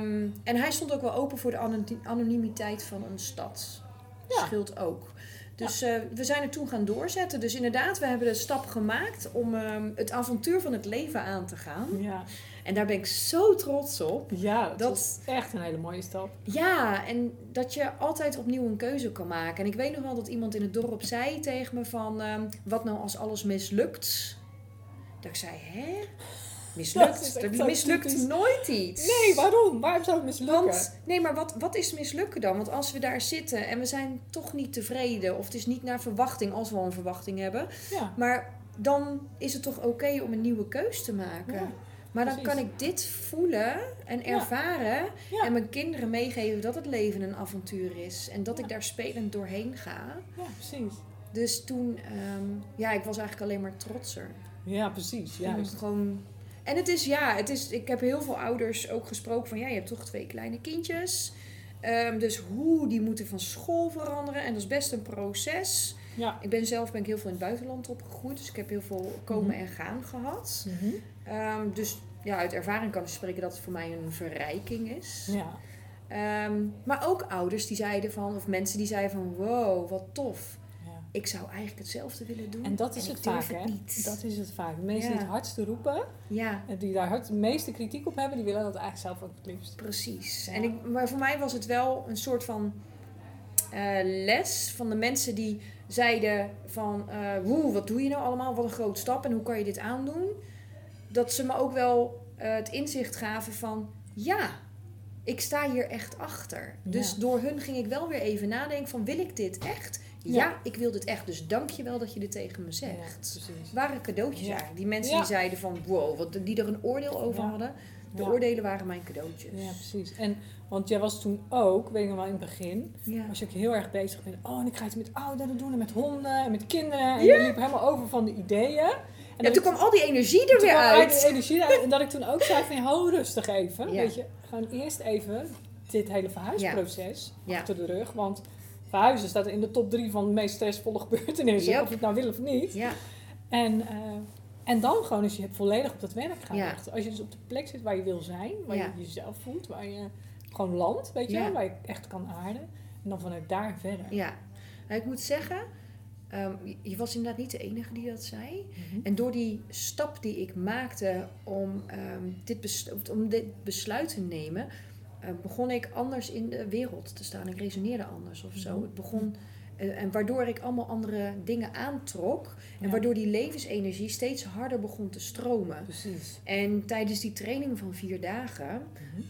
[SPEAKER 2] en hij stond ook wel open voor de anonimiteit van een stad.
[SPEAKER 1] Ja.
[SPEAKER 2] Scheelt ook. Dus we zijn er toen gaan doorzetten. Dus inderdaad, we hebben de stap gemaakt om het avontuur van het leven aan te gaan.
[SPEAKER 1] Ja.
[SPEAKER 2] En daar ben ik zo trots op.
[SPEAKER 1] Ja, dat
[SPEAKER 2] Dat-
[SPEAKER 1] was echt een hele mooie stap.
[SPEAKER 2] Ja, en dat je altijd opnieuw een keuze kan maken. En ik weet nog wel dat iemand in het dorp zei tegen me van... wat nou als alles mislukt? Dat ik zei, hè?
[SPEAKER 1] Dat is
[SPEAKER 2] Mislukt?
[SPEAKER 1] echt
[SPEAKER 2] Er
[SPEAKER 1] zo
[SPEAKER 2] mislukt
[SPEAKER 1] typisch.
[SPEAKER 2] nooit iets.
[SPEAKER 1] Nee, waarom? Waarom zou het mislukken?
[SPEAKER 2] Want, nee, maar wat is mislukken dan? Want als we daar zitten en we zijn toch niet tevreden... of het is niet naar verwachting, als we al een verwachting hebben...
[SPEAKER 1] Ja.
[SPEAKER 2] maar dan is het toch oké om een nieuwe keus te maken.
[SPEAKER 1] Ja,
[SPEAKER 2] maar dan
[SPEAKER 1] precies.
[SPEAKER 2] kan ik dit voelen en ervaren...
[SPEAKER 1] Ja.
[SPEAKER 2] en mijn kinderen meegeven dat het leven een avontuur is... en dat ik daar spelend doorheen ga.
[SPEAKER 1] Ja, precies.
[SPEAKER 2] Dus toen, ik was eigenlijk alleen maar trotser.
[SPEAKER 1] Ja, precies. Juist.
[SPEAKER 2] Gewoon... En ik heb heel veel ouders ook gesproken van... ja, je hebt toch 2 kleine kindjes. Dus die moeten van school veranderen. En dat is best een proces.
[SPEAKER 1] Ja.
[SPEAKER 2] Ben ik heel veel in het buitenland opgegroeid. Dus ik heb heel veel komen en gaan gehad.
[SPEAKER 1] Mhm.
[SPEAKER 2] Dus ja, uit ervaring kan ik spreken dat het voor mij een verrijking is.
[SPEAKER 1] Ja.
[SPEAKER 2] Maar ook ouders die zeiden van... of mensen die zeiden van... wow, wat tof.
[SPEAKER 1] Ja.
[SPEAKER 2] Ik zou eigenlijk hetzelfde willen doen.
[SPEAKER 1] En dat is het
[SPEAKER 2] ik durf
[SPEAKER 1] vaak, hè?
[SPEAKER 2] niet.
[SPEAKER 1] Dat is het vaak. De mensen
[SPEAKER 2] Ja.
[SPEAKER 1] die het hardste roepen,
[SPEAKER 2] Ja,
[SPEAKER 1] en die daar de meeste kritiek op hebben, die willen dat eigenlijk zelf ook het liefst.
[SPEAKER 2] precies.
[SPEAKER 1] Ja.
[SPEAKER 2] Maar voor mij was het wel een soort van les van de mensen die zeiden van... wat doe je nou allemaal? Wat een grote stap en hoe kan je dit aandoen? Dat ze me ook wel het inzicht gaven van... ja, ik sta hier echt achter. Dus
[SPEAKER 1] Ja.
[SPEAKER 2] door hun ging ik wel weer even nadenken van... wil ik dit echt? Ja, ik wil dit echt. Dus dank je wel dat je dit tegen me zegt.
[SPEAKER 1] Ja, precies.
[SPEAKER 2] Waren cadeautjes eigenlijk. Die mensen die zeiden van wow, die er een oordeel over hadden. De oordelen waren mijn cadeautjes.
[SPEAKER 1] Ja, precies. Want jij was toen ook, weet ik nog wel in het begin, was je ook heel erg bezig met, en ik ga iets met ouderen doen en met honden en met kinderen. En je liep helemaal over van de ideeën.
[SPEAKER 2] En toen kwam al die energie er weer uit.
[SPEAKER 1] En dat ik toen ook zei van, hou rustig even. Weet je, gewoon eerst even dit hele verhuisproces achter de rug. Want verhuizen staat in de top 3 van de meest stressvolle gebeurtenissen. Of je het nou wil of niet.
[SPEAKER 2] Ja.
[SPEAKER 1] En dan gewoon als je volledig op dat werk gaat richten. Als je dus op de plek zit waar je wil zijn. Waar je jezelf voelt. Waar je gewoon landt. Weet je, waar je echt kan aarden. En dan vanuit daar verder.
[SPEAKER 2] Ja. Nou, ik moet zeggen. Je was inderdaad niet de enige die dat zei. Mm-hmm. En door die stap die ik maakte om dit besluit te nemen, begon ik anders in de wereld te staan. Ik resoneerde anders of zo. Het begon, en waardoor ik allemaal andere dingen aantrok. En waardoor die levensenergie steeds harder begon te stromen.
[SPEAKER 1] Precies.
[SPEAKER 2] En tijdens die training van 4 dagen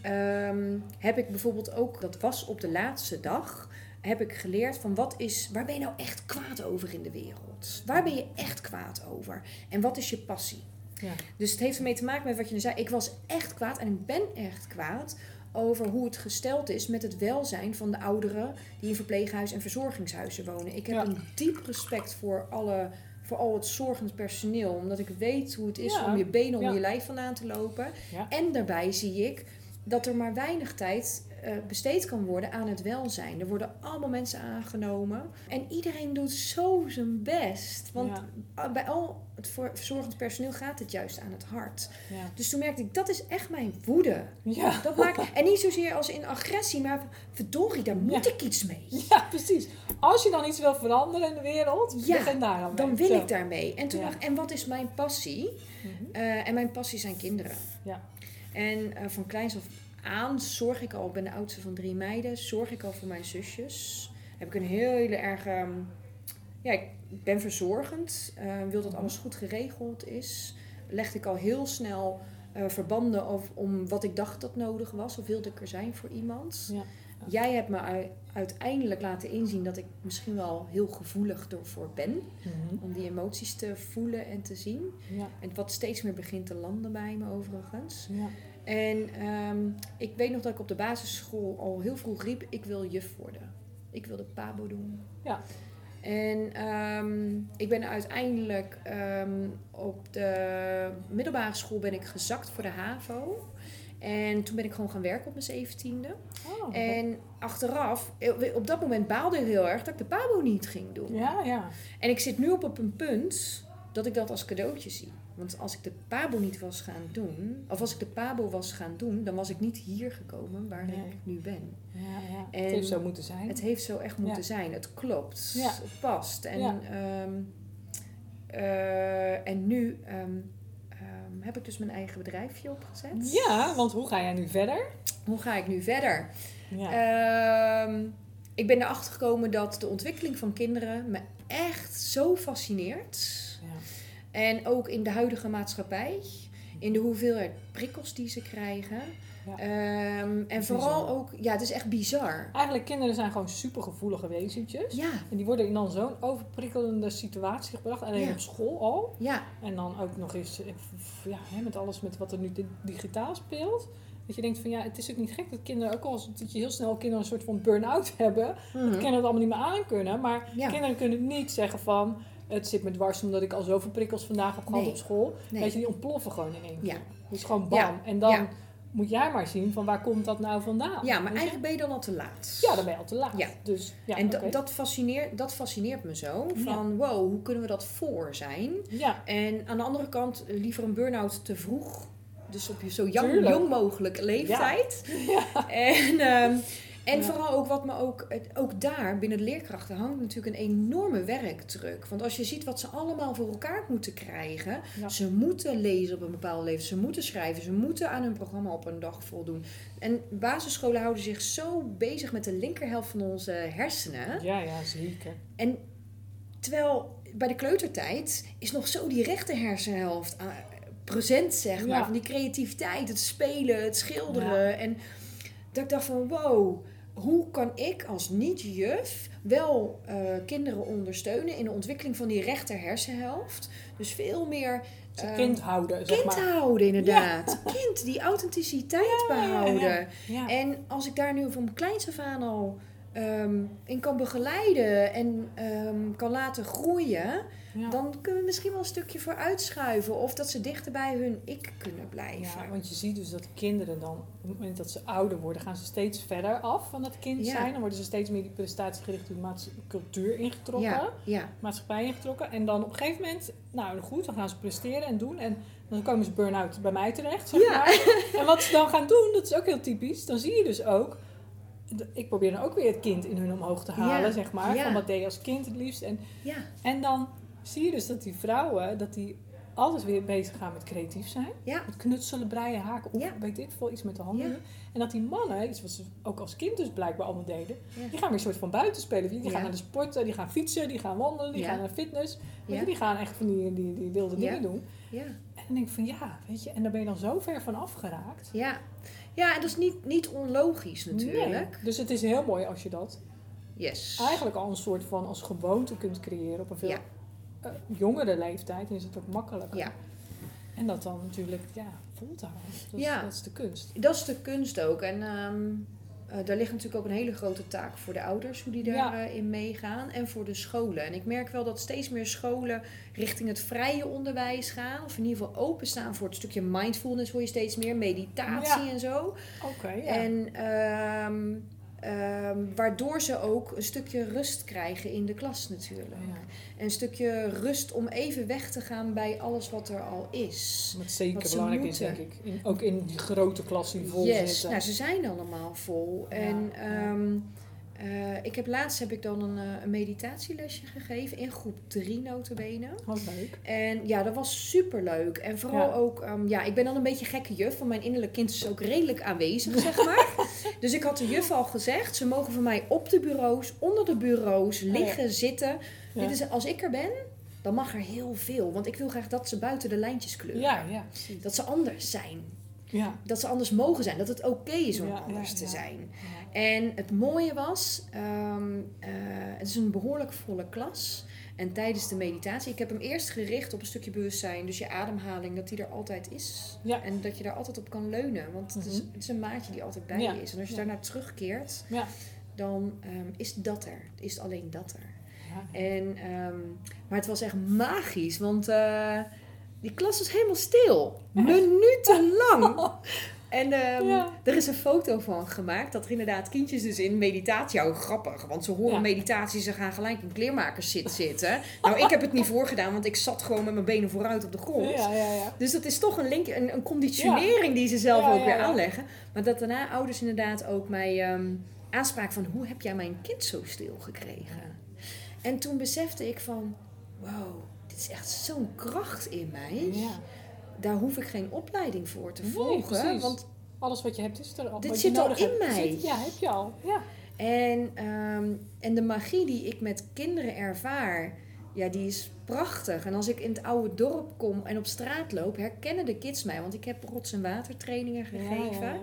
[SPEAKER 2] heb ik bijvoorbeeld ook, dat was op de laatste dag, heb ik geleerd van waar ben je nou echt kwaad over in de wereld? Waar ben je echt kwaad over? En wat is je passie? Ja. Dus het heeft ermee te maken met wat je nu zei. Ik was echt kwaad en ik ben echt kwaad over hoe het gesteld is met het welzijn van de ouderen die in verpleeghuizen en verzorgingshuizen wonen. Ik heb een diep respect voor al het zorgend personeel, omdat ik weet hoe het is om je benen om je lijf vandaan te lopen. Ja. En daarbij zie ik dat er maar weinig tijd besteed kan worden aan het welzijn. Er worden allemaal mensen aangenomen. En iedereen doet zo zijn best. Want bij al het verzorgend personeel gaat het juist aan het hart. Ja. Dus toen merkte ik, dat is echt mijn woede. Ja. En niet zozeer als in agressie, maar verdorie, daar moet ik iets mee.
[SPEAKER 1] Ja, precies. Als je dan iets wil veranderen in de wereld, begin daar dan mee.
[SPEAKER 2] Dan wil ik daarmee. En toen dacht ik, en wat is mijn passie? En mijn passie zijn kinderen. Ja. En van kleins af aan zorg ik al, ik ben de oudste van 3 meiden, zorg ik al voor mijn zusjes. Heb ik een hele erge, ik ben verzorgend, wil dat alles goed geregeld is. Legde ik al heel snel verbanden om wat ik dacht dat nodig was, of wilde ik er zijn voor iemand. Ja. Jij hebt me uiteindelijk laten inzien dat ik misschien wel heel gevoelig ervoor ben. Om die emoties te voelen en te zien. Ja. En wat steeds meer begint te landen bij me overigens. Ja. En ik weet nog dat ik op de basisschool al heel vroeg riep, ik wil juf worden. Ik wil de pabo doen. Ja. En ik ben uiteindelijk op de middelbare school ben ik gezakt voor de HAVO. En toen ben ik gewoon gaan werken op mijn 17e. Oh, en achteraf, op dat moment baalde ik heel erg dat ik de pabo niet ging doen. Ja, ja. En ik zit nu op een punt dat ik dat als cadeautje zie. Want als ik de pabo niet was gaan doen, of als ik de pabo was gaan doen, dan was ik niet hier gekomen waar ik nu ben.
[SPEAKER 1] Ja, ja. En het heeft zo moeten zijn.
[SPEAKER 2] Het heeft zo echt moeten zijn. Het klopt. Ja. Het past. En, en nu heb ik dus mijn eigen bedrijfje opgezet.
[SPEAKER 1] Ja, want hoe ga jij nu verder?
[SPEAKER 2] Hoe ga ik nu verder? Ja. Ik ben erachter gekomen dat de ontwikkeling van kinderen me echt zo fascineert. Ja. En ook in de huidige maatschappij, in de hoeveelheid prikkels die ze krijgen. Ja. En vooral ook, het is echt bizar.
[SPEAKER 1] Eigenlijk kinderen zijn gewoon supergevoelige wezentjes. Ja. En die worden in dan zo'n overprikkelende situatie gebracht. Alleen op school al. Ja. En dan ook nog eens met alles met wat er nu digitaal speelt. Dat je denkt van het is ook niet gek dat kinderen ook al dat je heel snel kinderen een soort van burn-out hebben. Dat kinderen het allemaal niet meer aan kunnen. Maar kinderen kunnen niet zeggen van het zit me dwars omdat ik al zoveel prikkels vandaag heb gehad op school. Nee. Dat je die ontploffen gewoon in één keer. Ja. Dus gewoon bam. Ja. En dan moet jij maar zien van waar komt dat nou vandaan.
[SPEAKER 2] Ja, maar eigenlijk ben je dan al te laat.
[SPEAKER 1] Ja, dan ben je al te laat.
[SPEAKER 2] Ja. Dus, en dat fascineert me zo. Van wow, hoe kunnen we dat voor zijn? Ja. En aan de andere kant liever een burn-out te vroeg. Dus op je zo jong mogelijke leeftijd. Ja. Ja. En vooral ook wat me ook daar binnen de leerkrachten hangt natuurlijk een enorme werkdruk. Want als je ziet wat ze allemaal voor elkaar moeten krijgen. Ja. Ze moeten lezen op een bepaalde leeftijd. Ze moeten schrijven. Ze moeten aan hun programma op een dag voldoen. En basisscholen houden zich zo bezig met de linkerhelft van onze hersenen.
[SPEAKER 1] Ja, zeker.
[SPEAKER 2] En terwijl bij de kleutertijd is nog zo die rechter hersenhelft present, zeg maar. Van die creativiteit, het spelen, het schilderen. Ja. En dat ik dacht van wow, hoe kan ik als niet-juf wel kinderen ondersteunen in de ontwikkeling van die rechter hersenhelft? Dus veel meer...
[SPEAKER 1] kind houden, zeg maar.
[SPEAKER 2] Kind houden, inderdaad. Ja. Kind, die authenticiteit behouden.
[SPEAKER 1] Ja.
[SPEAKER 2] En als ik daar nu van kleins af aan al in kan begeleiden en kan laten groeien... Ja. Dan kunnen we misschien wel een stukje vooruitschuiven. Of dat ze dichter bij hun ik kunnen blijven.
[SPEAKER 1] Ja, want je ziet dus dat de kinderen dan, op het moment dat ze ouder worden, gaan ze steeds verder af van dat kind zijn. Dan worden ze steeds meer die prestatiegerichte cultuur ingetrokken.
[SPEAKER 2] Ja.
[SPEAKER 1] Maatschappij ingetrokken. En dan op een gegeven moment, nou goed, dan gaan ze presteren en doen. En dan komen ze burn-out bij mij terecht, zeg maar. En wat ze dan gaan doen, dat is ook heel typisch. Dan zie je dus ook, ik probeer dan ook weer het kind in hun omhoog te halen, zeg maar. Van wat deed je als kind het liefst. En dan zie je dus dat die vrouwen, dat die altijd weer bezig gaan met creatief zijn. Ja. Met knutselen, breien, haken of weet ik veel, iets met de handen. Ja. En dat die mannen, iets wat ze ook als kind dus blijkbaar allemaal deden, die gaan weer een soort van buiten spelen. Die gaan naar de sporten, die gaan fietsen, die gaan wandelen, die gaan naar fitness. Weet je, die gaan echt van die wilde dingen doen. Ja. En dan denk ik van weet je, en daar ben je dan zo ver van afgeraakt.
[SPEAKER 2] Ja, en dat is niet onlogisch natuurlijk.
[SPEAKER 1] Nee. Dus het is heel mooi als je dat eigenlijk al een soort van als gewoonte kunt creëren op een veel jongere leeftijd, dan is het ook makkelijker. Ja. En dat dan natuurlijk vol te houden. Dat is de kunst.
[SPEAKER 2] Dat is de kunst ook. En daar ligt natuurlijk ook een hele grote taak voor de ouders, hoe die daarin meegaan. En voor de scholen. En ik merk wel dat steeds meer scholen richting het vrije onderwijs gaan. Of in ieder geval openstaan voor het stukje mindfulness, hoor je steeds meer. Meditatie en zo.
[SPEAKER 1] Okay,
[SPEAKER 2] En waardoor ze ook een stukje rust krijgen in de klas natuurlijk. Ja. En een stukje rust om even weg te gaan bij alles wat er al is.
[SPEAKER 1] Wat zeker belangrijk is, denk ik. Ook in die grote klas die vol zitten.
[SPEAKER 2] Nou, ze zijn allemaal vol. Ja. En laatst heb ik dan een meditatielesje gegeven in groep 3 notabene.
[SPEAKER 1] Wat leuk.
[SPEAKER 2] En dat was superleuk. En vooral ook, ik ben dan een beetje gekke juf, want mijn innerlijk kind is ook redelijk aanwezig, zeg maar. Dus ik had de juf al gezegd, ze mogen van mij op de bureaus, onder de bureaus, liggen, zitten. Ja. Dit is, als ik er ben, dan mag er heel veel. Want ik wil graag dat ze buiten de lijntjes kleuren.
[SPEAKER 1] Ja,
[SPEAKER 2] dat ze anders zijn.
[SPEAKER 1] Ja.
[SPEAKER 2] Dat ze anders mogen zijn. Dat het oké is om anders te zijn. Ja. En het mooie was, het is een behoorlijk volle klas. En tijdens de meditatie, ik heb hem eerst gericht op een stukje bewustzijn. Dus je ademhaling, dat die er altijd is. Ja. En dat je daar altijd op kan leunen. Want het is een maatje die altijd bij je is. En als je daarnaar terugkeert, dan is dat er. Is alleen dat er. Ja. En, maar het was echt magisch. Want die klas was helemaal stil. Minutenlang. En er is een foto van gemaakt dat er inderdaad kindjes dus in meditatie, grappig, want ze horen meditatie, ze gaan gelijk in kleermakerszit zitten. Nou, ik heb het niet voorgedaan, want ik zat gewoon met mijn benen vooruit op de grond. Ja. Dus dat is toch een link, een conditionering die ze zelf ook weer aanleggen. Maar dat daarna ouders inderdaad ook mij aanspraken van, hoe heb jij mijn kind zo stil gekregen? En toen besefte ik van, wow, dit is echt zo'n kracht in mij. Ja. Daar hoef ik geen opleiding voor te volgen.
[SPEAKER 1] Precies. Want alles wat je hebt is er al.
[SPEAKER 2] Dit zit al in mij.
[SPEAKER 1] Heb je al. Ja.
[SPEAKER 2] En de magie die ik met kinderen ervaar, die is prachtig. En als ik in het oude dorp kom en op straat loop, herkennen de kids mij. Want ik heb rots- en watertrainingen gegeven. Ja.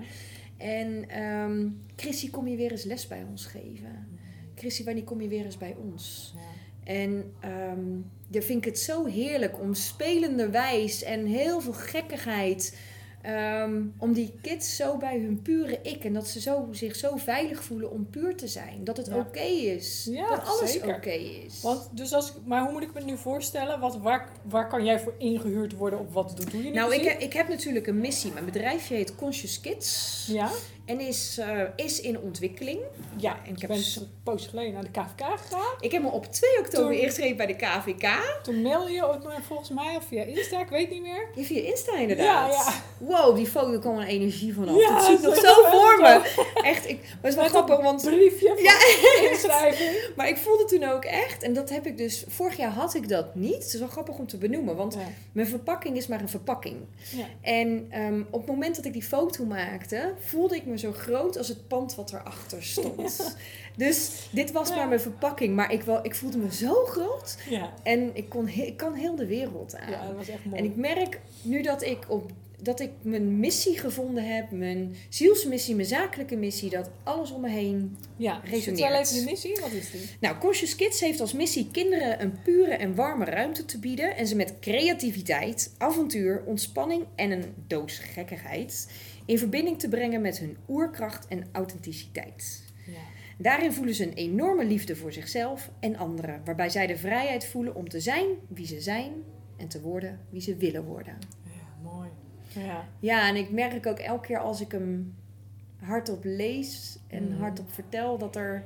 [SPEAKER 2] En Chrissy, kom je weer eens les bij ons geven? Chrissy, wanneer kom je weer eens bij ons? Ja. En daar vind ik het zo heerlijk om spelenderwijs en heel veel gekkigheid, om die kids zo bij hun pure ik en dat ze zich zo veilig voelen om puur te zijn. Dat het oké is. Ja, dat alles oké is.
[SPEAKER 1] Want, maar hoe moet ik me nu voorstellen? Waar kan jij voor ingehuurd worden? Of wat doe je nu?
[SPEAKER 2] Nou, ik heb natuurlijk een missie. Mijn bedrijfje heet Conscious Kids. Ja. En is in ontwikkeling.
[SPEAKER 1] Ja, en ik ben een poosje geleden naar de KVK gegaan.
[SPEAKER 2] Ik heb me op 2 oktober ingeschreven bij de KVK.
[SPEAKER 1] Toen mailde je ook volgens mij, of via Insta, ik weet niet meer.
[SPEAKER 2] Ja, via Insta inderdaad. Ja. Wow, die foto kwam een energie vanaf.
[SPEAKER 1] Ja,
[SPEAKER 2] dat zie ik nog zo voor me. Echt, maar het is wel grappig, want...
[SPEAKER 1] briefje van inschrijving.
[SPEAKER 2] Maar ik voelde toen ook echt, en dat heb ik dus... Vorig jaar had ik dat niet. Het is wel grappig om te benoemen, want mijn verpakking is maar een verpakking. Ja. En op het moment dat ik die foto maakte, voelde ik me zo groot als het pand wat erachter stond. Dus dit was maar mijn verpakking, maar ik voelde me zo groot. Ja. En ik kan heel de wereld aan.
[SPEAKER 1] Ja, dat was echt mooi.
[SPEAKER 2] En ik merk nu dat ik dat ik mijn missie gevonden heb, mijn zielsmissie, mijn zakelijke missie, dat alles om me heen resoneert.
[SPEAKER 1] Vertel even je missie, wat is die?
[SPEAKER 2] Nou, Conscious Kids heeft als missie kinderen een pure en warme ruimte te bieden en ze met creativiteit, avontuur, ontspanning en een doos gekkigheid in verbinding te brengen met hun oerkracht en authenticiteit.
[SPEAKER 1] Ja.
[SPEAKER 2] Daarin voelen ze een enorme liefde voor zichzelf en anderen, waarbij zij de vrijheid voelen om te zijn wie ze zijn en te worden wie ze willen worden.
[SPEAKER 1] Ja, mooi. Ja.
[SPEAKER 2] Ja, en ik merk ook elke keer als ik hem hardop lees en hardop vertel, dat er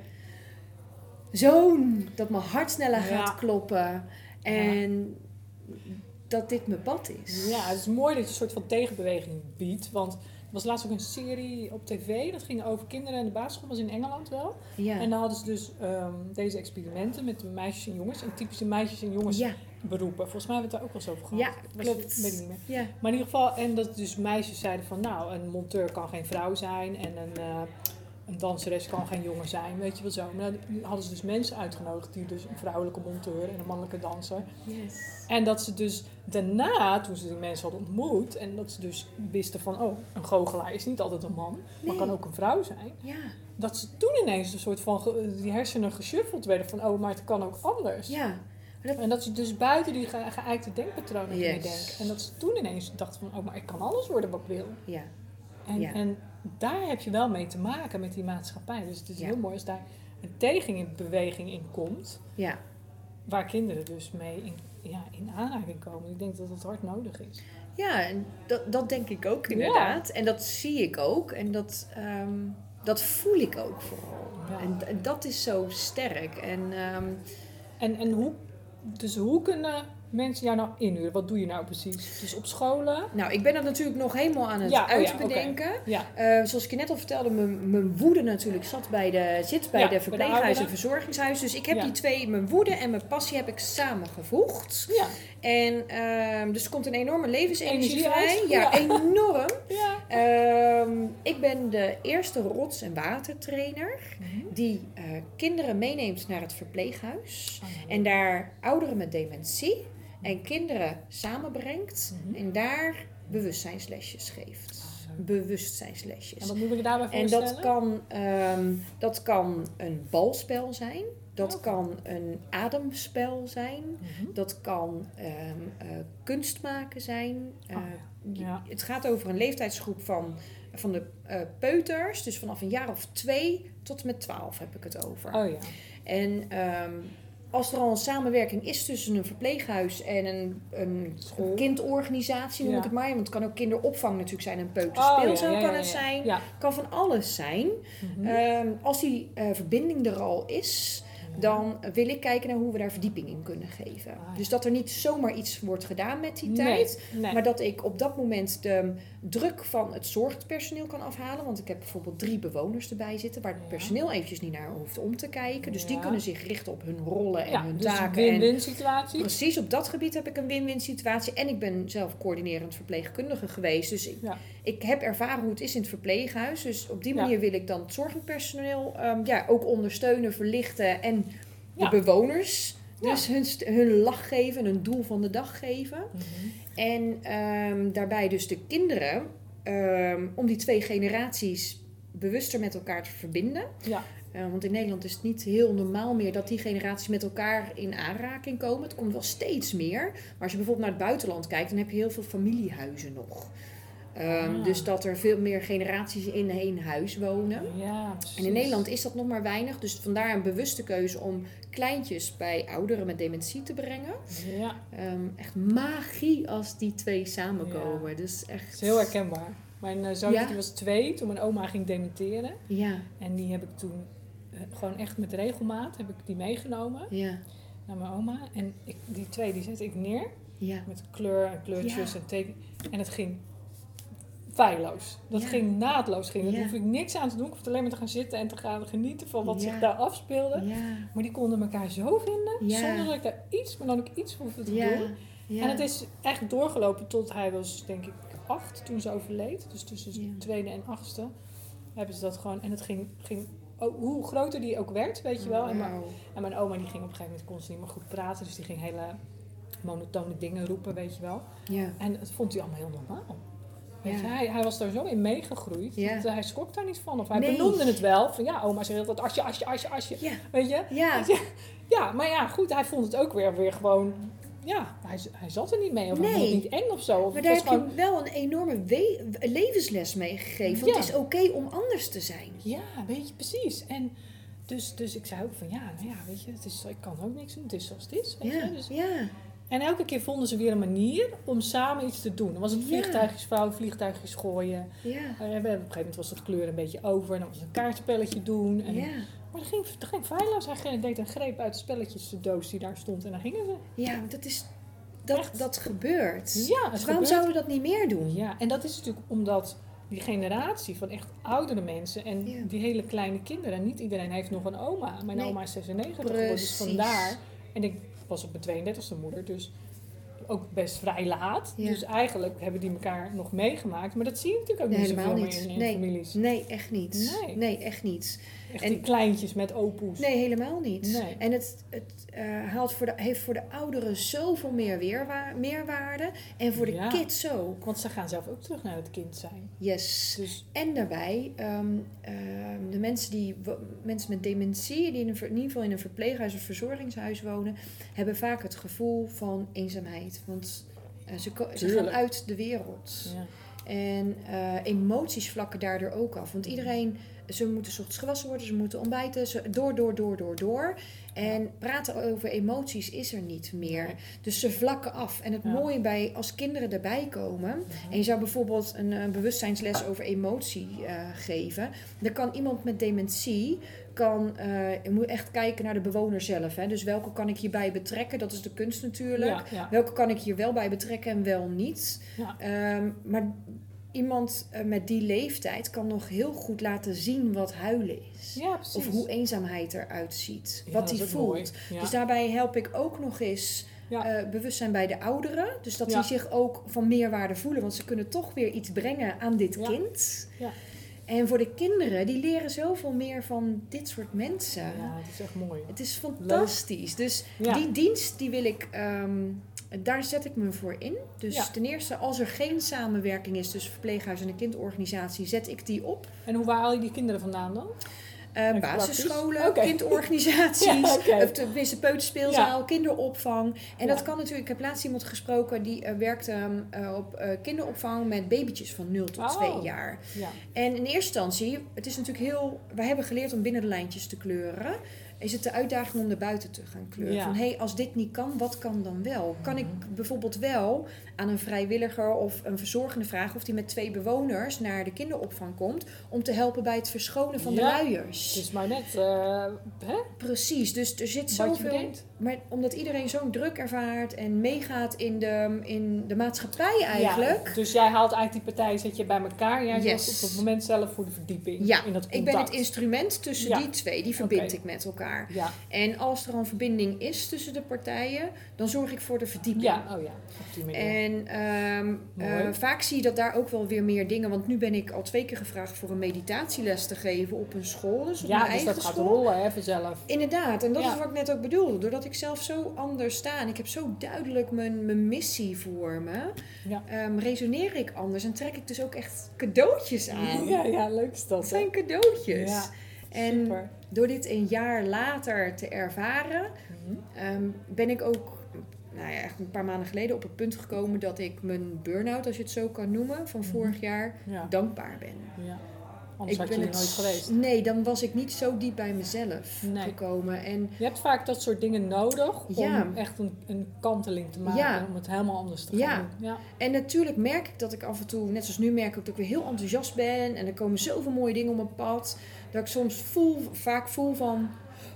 [SPEAKER 2] dat mijn hart sneller gaat kloppen en dat dit mijn pad is.
[SPEAKER 1] Ja, het is mooi dat je een soort van tegenbeweging biedt, want er was laatst ook een serie op tv, dat ging over kinderen in de basisschool, was in Engeland wel.
[SPEAKER 2] Ja.
[SPEAKER 1] En dan hadden ze dus deze experimenten met meisjes en jongens, en typische meisjes en jongens beroepen. Volgens mij hebben we het daar ook wel eens over gehad.
[SPEAKER 2] Ja, klopt.
[SPEAKER 1] Weet ik niet meer.
[SPEAKER 2] Ja.
[SPEAKER 1] Maar in ieder geval, en dat dus meisjes zeiden van, nou, een monteur kan geen vrouw zijn en een danseres kan geen jongen zijn, weet je wel zo. Maar dan hadden ze dus mensen uitgenodigd, die dus een vrouwelijke monteur en een mannelijke danser.
[SPEAKER 2] Yes.
[SPEAKER 1] En dat ze dus daarna, toen ze die mensen hadden ontmoet, en dat ze dus wisten van, oh, een goochelaar is niet altijd een man, maar kan ook een vrouw zijn.
[SPEAKER 2] Ja.
[SPEAKER 1] Dat ze toen ineens een soort van, die hersenen geshuffeld werden van, oh, maar het kan ook anders.
[SPEAKER 2] Ja.
[SPEAKER 1] En dat ze dus buiten die geëikte denkpatronen gingen denken. En dat ze toen ineens dachten van, oh, maar ik kan alles worden wat ik wil.
[SPEAKER 2] Ja.
[SPEAKER 1] En daar heb je wel mee te maken met die maatschappij. Dus het is heel mooi als daar een tegenbeweging in komt.
[SPEAKER 2] Ja.
[SPEAKER 1] Waar kinderen dus mee in aanraking komen. Ik denk dat dat hard nodig is.
[SPEAKER 2] Ja, en dat denk ik ook inderdaad. Ja. En dat zie ik ook. En dat voel ik ook vooral. Ja. En dat is zo sterk.
[SPEAKER 1] En hoe kunnen mensen jou nou inhuren? Wat doe je nou precies? Dus op scholen?
[SPEAKER 2] Nou, ik ben dat natuurlijk nog helemaal aan het uitbedenken.
[SPEAKER 1] Okay. Ja.
[SPEAKER 2] Zoals ik je net al vertelde, mijn woede natuurlijk zit bij de verpleeghuis en verzorgingshuis. Dus ik heb die twee, mijn woede en mijn passie, heb ik samengevoegd. Ja. En dus er komt een enorme levensenergie vrij. Ja, enorm. Ja. Ik ben de eerste rots- en watertrainer die kinderen meeneemt naar het verpleeghuis. En daar ouderen met dementie en kinderen samenbrengt en daar bewustzijnslesjes geeft. Bewustzijnslesjes.
[SPEAKER 1] En wat moet ik daarbij voorstellen?
[SPEAKER 2] En dat kan een balspel zijn. Dat kan een ademspel zijn. Dat kan kunstmaken zijn. Het gaat over een leeftijdsgroep van de peuters. Dus vanaf een jaar of 2 tot en met 12 heb ik het over.
[SPEAKER 1] Oh ja.
[SPEAKER 2] En als er al een samenwerking is tussen een verpleeghuis en een kindorganisatie, noem ik het maar. Want het kan ook kinderopvang natuurlijk zijn en peuterspeelzaal kan het zijn. Ja. Kan van alles zijn. Als die verbinding er al is, dan wil ik kijken naar hoe we daar verdieping in kunnen geven. Dus dat er niet zomaar iets wordt gedaan met die tijd. Nee. Maar dat ik op dat moment de druk van het zorgpersoneel kan afhalen. Want ik heb bijvoorbeeld 3 bewoners erbij zitten waar het personeel eventjes niet naar hoeft om te kijken. Dus die kunnen zich richten op hun rollen en hun taken.
[SPEAKER 1] Een win-win situatie.
[SPEAKER 2] Precies, op dat gebied heb ik een win-win situatie. En ik ben zelf coördinerend verpleegkundige geweest. Dus ik heb ervaren hoe het is in het verpleeghuis. Dus op die manier wil ik dan het zorgpersoneel ook ondersteunen, verlichten en de bewoners dus hun lach geven, hun doel van de dag geven. En daarbij dus de kinderen, om die 2 generaties bewuster met elkaar te verbinden. Ja. Want in Nederland is het niet heel normaal meer dat die generaties met elkaar in aanraking komen. Het komt wel steeds meer. Maar als je bijvoorbeeld naar het buitenland kijkt, dan heb je heel veel familiehuizen nog. Dus dat er veel meer generaties in één huis wonen. Ja, en in Nederland is dat nog maar weinig. Dus vandaar een bewuste keuze om kleintjes bij ouderen met dementie te brengen. Ja. Echt magie als die 2 samenkomen. Ja. Dus echt...
[SPEAKER 1] Het is heel herkenbaar. Mijn zoontje die was 2 toen mijn oma ging dementeren. Ja. En die heb ik toen gewoon echt met regelmaat heb ik die meegenomen naar mijn oma. En die 2 die zette ik neer. Ja. Met kleur en kleurtjes en teken. En het ging feilloos. Dat ging naadloos. Daar hoef ik niks aan te doen. Ik hoefde alleen maar te gaan zitten en te gaan genieten van wat zich daar afspeelde. Ja. Maar die konden elkaar zo vinden. Zonder dat ik daar iets hoefde te doen. Ja. En het is echt doorgelopen tot hij was denk ik 8 toen ze overleed. Dus tussen de 2e en 8e hebben ze dat gewoon. En het ging hoe groter die ook werd, weet je wel. En mijn oma die ging op een gegeven moment kon ze niet meer goed praten. Dus die ging hele monotone dingen roepen, weet je wel. Ja. En dat vond hij allemaal heel normaal. Weet je, hij was daar zo in meegegroeid.
[SPEAKER 2] Ja.
[SPEAKER 1] Dat hij schrok daar niet van. Of hij benoemde het wel. Van ja, oma zegt altijd asje.
[SPEAKER 2] Ja.
[SPEAKER 1] Weet je?
[SPEAKER 2] Ja.
[SPEAKER 1] Ja, maar ja, goed. Hij vond het ook weer gewoon... Ja, hij zat er niet mee. Of hij vond het niet eng of zo. Of
[SPEAKER 2] maar daar heb je wel een enorme levensles mee gegeven. Want het is oké om anders te zijn.
[SPEAKER 1] Ja, weet je, precies. En dus ik zei ook van weet je, ik kan ook niks doen. Het is zoals het is. Weet je? Dus, en elke keer vonden ze weer een manier om samen iets te doen. Dan was het vliegtuigjes vouwen, vliegtuigjes gooien. Ja. Op een gegeven moment was dat kleur een beetje over. En dan was het een kaartspelletje doen. En, maar dat ging feilloos. Hij deed een greep uit de spelletjesdoos die daar stond. En dan gingen ze.
[SPEAKER 2] Ja, want dat is... Dat gebeurt.
[SPEAKER 1] Ja,
[SPEAKER 2] dus waarom zouden we dat niet meer doen?
[SPEAKER 1] Ja, en dat is natuurlijk omdat die generatie van echt oudere mensen en die hele kleine kinderen, niet iedereen heeft nog een oma. Mijn oma is 96 geworden, dus vandaar. En ik was op mijn 32e moeder, dus ook best vrij laat. Ja. Dus eigenlijk hebben die elkaar nog meegemaakt. Maar dat zie je natuurlijk ook niet zoveel meer in families.
[SPEAKER 2] Nee, echt niet. Nee, echt niet.
[SPEAKER 1] Echt die kleintjes met opoes.
[SPEAKER 2] Nee, helemaal niet. Nee. En het heeft voor de ouderen zoveel meer meerwaarde. En voor de kids ook.
[SPEAKER 1] Want ze gaan zelf ook terug naar het kind zijn.
[SPEAKER 2] Yes. Dus. En daarbij, de mensen met dementie, die in ieder geval in een verpleeghuis of verzorgingshuis wonen, hebben vaak het gevoel van eenzaamheid. Want ze gaan uit de wereld. Ja. En emoties vlakken daardoor ook af. Want iedereen, ze moeten 's ochtends gewassen worden, ze moeten ontbijten, door. En praten over emoties is er niet meer. Nee. Dus ze vlakken af. En het mooie als kinderen erbij komen, en je zou bijvoorbeeld een bewustzijnsles over emotie geven, dan kan iemand met dementie, je moet echt kijken naar de bewoner zelf. Hè? Dus welke kan ik hierbij betrekken? Dat is de kunst natuurlijk. Ja. Welke kan ik hier wel bij betrekken en wel niet? Ja. Maar iemand met die leeftijd kan nog heel goed laten zien wat huilen is. Ja, precies. Of hoe eenzaamheid eruit ziet. Ja, wat hij voelt. Ja. Dus daarbij help ik ook nog eens bewustzijn bij de ouderen. Dus dat die zich ook van meerwaarde voelen. Want ze kunnen toch weer iets brengen aan dit kind. Ja. En voor de kinderen, die leren zoveel meer van dit soort mensen.
[SPEAKER 1] Ja, het is echt mooi.
[SPEAKER 2] Het is fantastisch. Leuk. Dus die dienst, die wil ik... daar zet ik me voor in. Dus ten eerste, als er geen samenwerking is tussen verpleeghuis en een kindorganisatie, zet ik die op.
[SPEAKER 1] En waar haal je die kinderen vandaan dan?
[SPEAKER 2] Basisscholen, kindorganisaties, of tenminste peuterspeelzaal, kinderopvang. En dat kan natuurlijk, ik heb laatst iemand gesproken die werkte op kinderopvang met babytjes van 0 tot 2 jaar. Ja. En in eerste instantie, het is natuurlijk wij hebben geleerd om binnen de lijntjes te kleuren. Is het de uitdaging om naar buiten te gaan kleuren? Ja. Van als dit niet kan, wat kan dan wel? Kan ik bijvoorbeeld wel aan een vrijwilliger of een verzorgende vragen of die met 2 bewoners naar de kinderopvang komt om te helpen bij het verschonen van de luiers?
[SPEAKER 1] Het is maar net, hè?
[SPEAKER 2] Precies, dus er zit zoveel. Maar omdat iedereen zo'n druk ervaart en meegaat in de maatschappij eigenlijk.
[SPEAKER 1] Ja, dus jij haalt eigenlijk die partijen, zet je bij elkaar. Jij zorgt op het moment zelf voor de verdieping in dat contact.
[SPEAKER 2] Ik ben het instrument tussen die 2, die verbind ik met elkaar. Ja. En als er een verbinding is tussen de partijen, dan zorg ik voor de verdieping.
[SPEAKER 1] Ja, op die manier.
[SPEAKER 2] En vaak zie je dat daar ook wel weer meer dingen, want nu ben ik al 2 keer gevraagd voor een meditatieles te geven op een school. Dus op mijn eigen
[SPEAKER 1] dat
[SPEAKER 2] school.
[SPEAKER 1] Gaat rollen, hè, vanzelf.
[SPEAKER 2] Inderdaad, en dat is wat ik net ook bedoelde. Doordat ik zelf zo anders sta en ik heb zo duidelijk mijn missie voor me, resoneer ik anders en trek ik dus ook echt cadeautjes aan.
[SPEAKER 1] Ja, leuk is dat.
[SPEAKER 2] Het zijn cadeautjes.
[SPEAKER 1] Ja.
[SPEAKER 2] En
[SPEAKER 1] super.
[SPEAKER 2] Door dit een jaar later te ervaren, ben ik ook echt een paar maanden geleden op het punt gekomen dat ik mijn burn-out, als je het zo kan noemen, van vorig jaar dankbaar ben.
[SPEAKER 1] Ja. Anders had je er nooit geweest.
[SPEAKER 2] Nee, dan was ik niet zo diep bij mezelf gekomen. En
[SPEAKER 1] je hebt vaak dat soort dingen nodig om echt een kanteling te maken. Om het helemaal anders te gaan doen. Ja.
[SPEAKER 2] En natuurlijk merk ik dat ik af en toe, net zoals nu merk ik ook dat ik weer heel enthousiast ben. En er komen zoveel mooie dingen op mijn pad. Dat ik soms vaak voel van...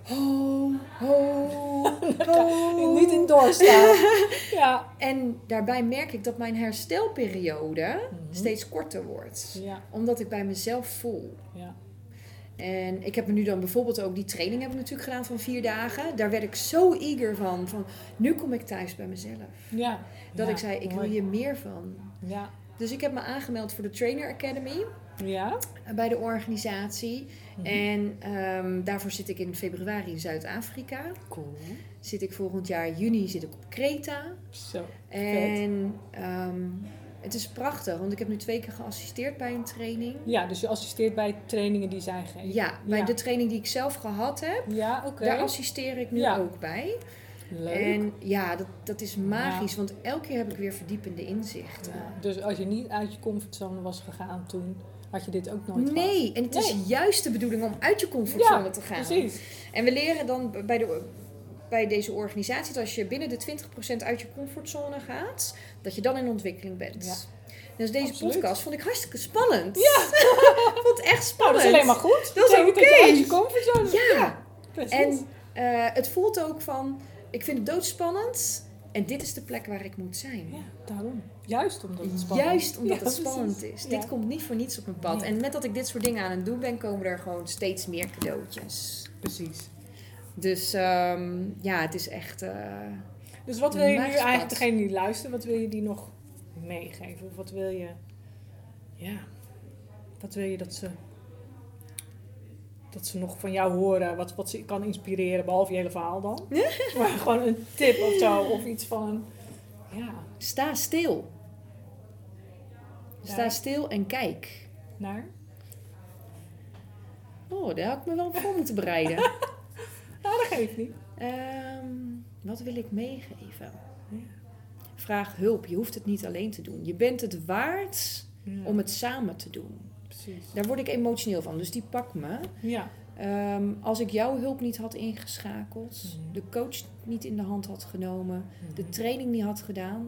[SPEAKER 1] Niet in doorstaan. Ja.
[SPEAKER 2] En daarbij merk ik dat mijn herstelperiode steeds korter wordt. Ja. Omdat ik bij mezelf voel. Ja. En ik heb me nu dan bijvoorbeeld ook die training hebben we natuurlijk gedaan van 4 dagen. Daar werd ik zo eager van nu kom ik thuis bij mezelf. Ja. Dat ik zei, ik wil hier meer van. Ja. Dus ik heb me aangemeld voor de Trainer Academy. Ja. Bij de organisatie. En daarvoor zit ik in februari in Zuid-Afrika.
[SPEAKER 1] Cool.
[SPEAKER 2] Zit ik volgend jaar juni op Kreta.
[SPEAKER 1] Zo.
[SPEAKER 2] En Het is prachtig, want ik heb nu 2 keer geassisteerd bij een training.
[SPEAKER 1] Ja, dus je assisteert bij trainingen die zij geven.
[SPEAKER 2] Ja, bij de training die ik zelf gehad heb.
[SPEAKER 1] Ja, oké.
[SPEAKER 2] Daar assisteer ik nu ook bij.
[SPEAKER 1] Leuk.
[SPEAKER 2] En ja, dat is magisch, want elke keer heb ik weer verdiepende inzichten.
[SPEAKER 1] Ja, dus als je niet uit je comfortzone was gegaan toen, had je dit ook nooit gehad.
[SPEAKER 2] Nee, en het is juist de bedoeling om uit je comfortzone te gaan.
[SPEAKER 1] Precies.
[SPEAKER 2] En we leren dan bij deze organisatie dat als je binnen de 20% uit je comfortzone gaat, dat je dan in ontwikkeling bent. Ja. Dus deze podcast vond ik hartstikke spannend. Ja. Ik vond het echt spannend.
[SPEAKER 1] Nou, dat is alleen maar goed.
[SPEAKER 2] Dat is oké.
[SPEAKER 1] Uit je comfortzone.
[SPEAKER 2] Ja.
[SPEAKER 1] Precies.
[SPEAKER 2] En het voelt ook van, ik vind het doodspannend en dit is de plek waar ik moet zijn.
[SPEAKER 1] Ja, daarom. Juist omdat het spannend is.
[SPEAKER 2] Ja. Dit komt niet voor niets op mijn pad. Ja. En met dat ik dit soort dingen aan het doen ben, komen er gewoon steeds meer cadeautjes.
[SPEAKER 1] Precies.
[SPEAKER 2] Dus het is echt...
[SPEAKER 1] dus wat wil je nu eigenlijk, degene die luistert, wat wil je die nog meegeven? Of wat wil je... Ja, wat wil je dat ze nog van jou horen, wat ze kan inspireren, behalve je hele verhaal dan. Maar gewoon een tip of zo, of iets van
[SPEAKER 2] Sta stil. Sta stil en kijk.
[SPEAKER 1] Naar?
[SPEAKER 2] Oh, daar had ik me wel voor moeten bereiden.
[SPEAKER 1] Nou, dat geeft niet.
[SPEAKER 2] Wat wil ik meegeven? Ja. Vraag hulp. Je hoeft het niet alleen te doen. Je bent het waard om het samen te doen.
[SPEAKER 1] Precies.
[SPEAKER 2] Daar word ik emotioneel van, dus die pakt me.
[SPEAKER 1] Ja.
[SPEAKER 2] Als ik jouw hulp niet had ingeschakeld, de coach niet in de hand had genomen, de training niet had gedaan,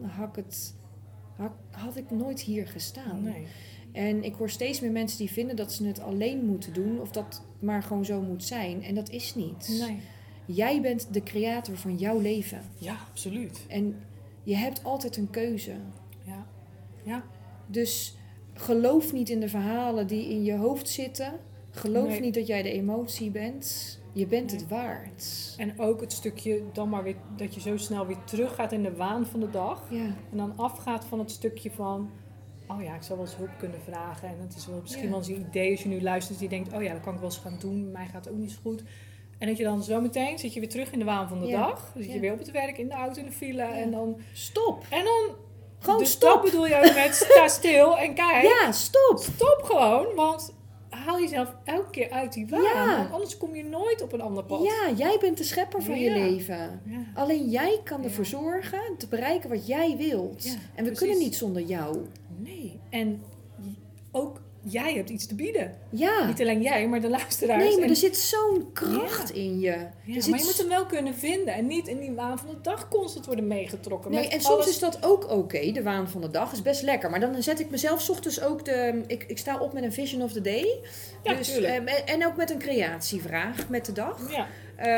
[SPEAKER 2] had ik nooit hier gestaan.
[SPEAKER 1] Nee.
[SPEAKER 2] En ik hoor steeds meer mensen die vinden dat ze het alleen moeten doen of dat maar gewoon zo moet zijn. En dat is niet.
[SPEAKER 1] Nee.
[SPEAKER 2] Jij bent de creator van jouw leven.
[SPEAKER 1] Ja, absoluut.
[SPEAKER 2] En je hebt altijd een keuze.
[SPEAKER 1] Ja. Ja.
[SPEAKER 2] Dus geloof niet in de verhalen die in je hoofd zitten. Geloof niet dat jij de emotie bent. Je bent het waard.
[SPEAKER 1] En ook het stukje dan maar weer dat je zo snel weer teruggaat in de waan van de dag.
[SPEAKER 2] Ja.
[SPEAKER 1] En dan afgaat van het stukje van, oh ja, ik zou wel eens hulp kunnen vragen. En het is wel misschien wel eens een idee als je nu luistert die denkt, oh ja, dat kan ik wel eens gaan doen. Mij gaat het ook niet zo goed. En dat je dan zo meteen zit je weer terug in de waan van de dag. Dan zit je weer op het werk, in de auto, in de file. Ja. En dan...
[SPEAKER 2] Stop.
[SPEAKER 1] En dan...
[SPEAKER 2] Gewoon
[SPEAKER 1] dus
[SPEAKER 2] stop.
[SPEAKER 1] Dat bedoel je ook met sta stil en kijk.
[SPEAKER 2] Ja, stop.
[SPEAKER 1] Stop gewoon, want haal jezelf elke keer uit die waan.
[SPEAKER 2] Ja.
[SPEAKER 1] Want anders kom je nooit op een ander pad.
[SPEAKER 2] Ja, jij bent de schepper van je leven.
[SPEAKER 1] Ja.
[SPEAKER 2] Alleen jij kan ervoor zorgen te bereiken wat jij wilt. Ja, en we kunnen niet zonder jou.
[SPEAKER 1] Nee, en ook jij hebt iets te bieden.
[SPEAKER 2] Ja.
[SPEAKER 1] Niet alleen jij, maar de luisteraars.
[SPEAKER 2] Nee, maar er zit zo'n kracht in je.
[SPEAKER 1] Ja, maar je moet hem wel kunnen vinden. En niet in die waan van de dag constant worden meegetrokken.
[SPEAKER 2] Nee, en soms is dat ook oké. De waan van de dag is best lekker. Maar dan zet ik mezelf 's ochtends ook ik sta op met een vision of the day.
[SPEAKER 1] Ja,
[SPEAKER 2] dus, en ook met een creatievraag met de dag. Ja.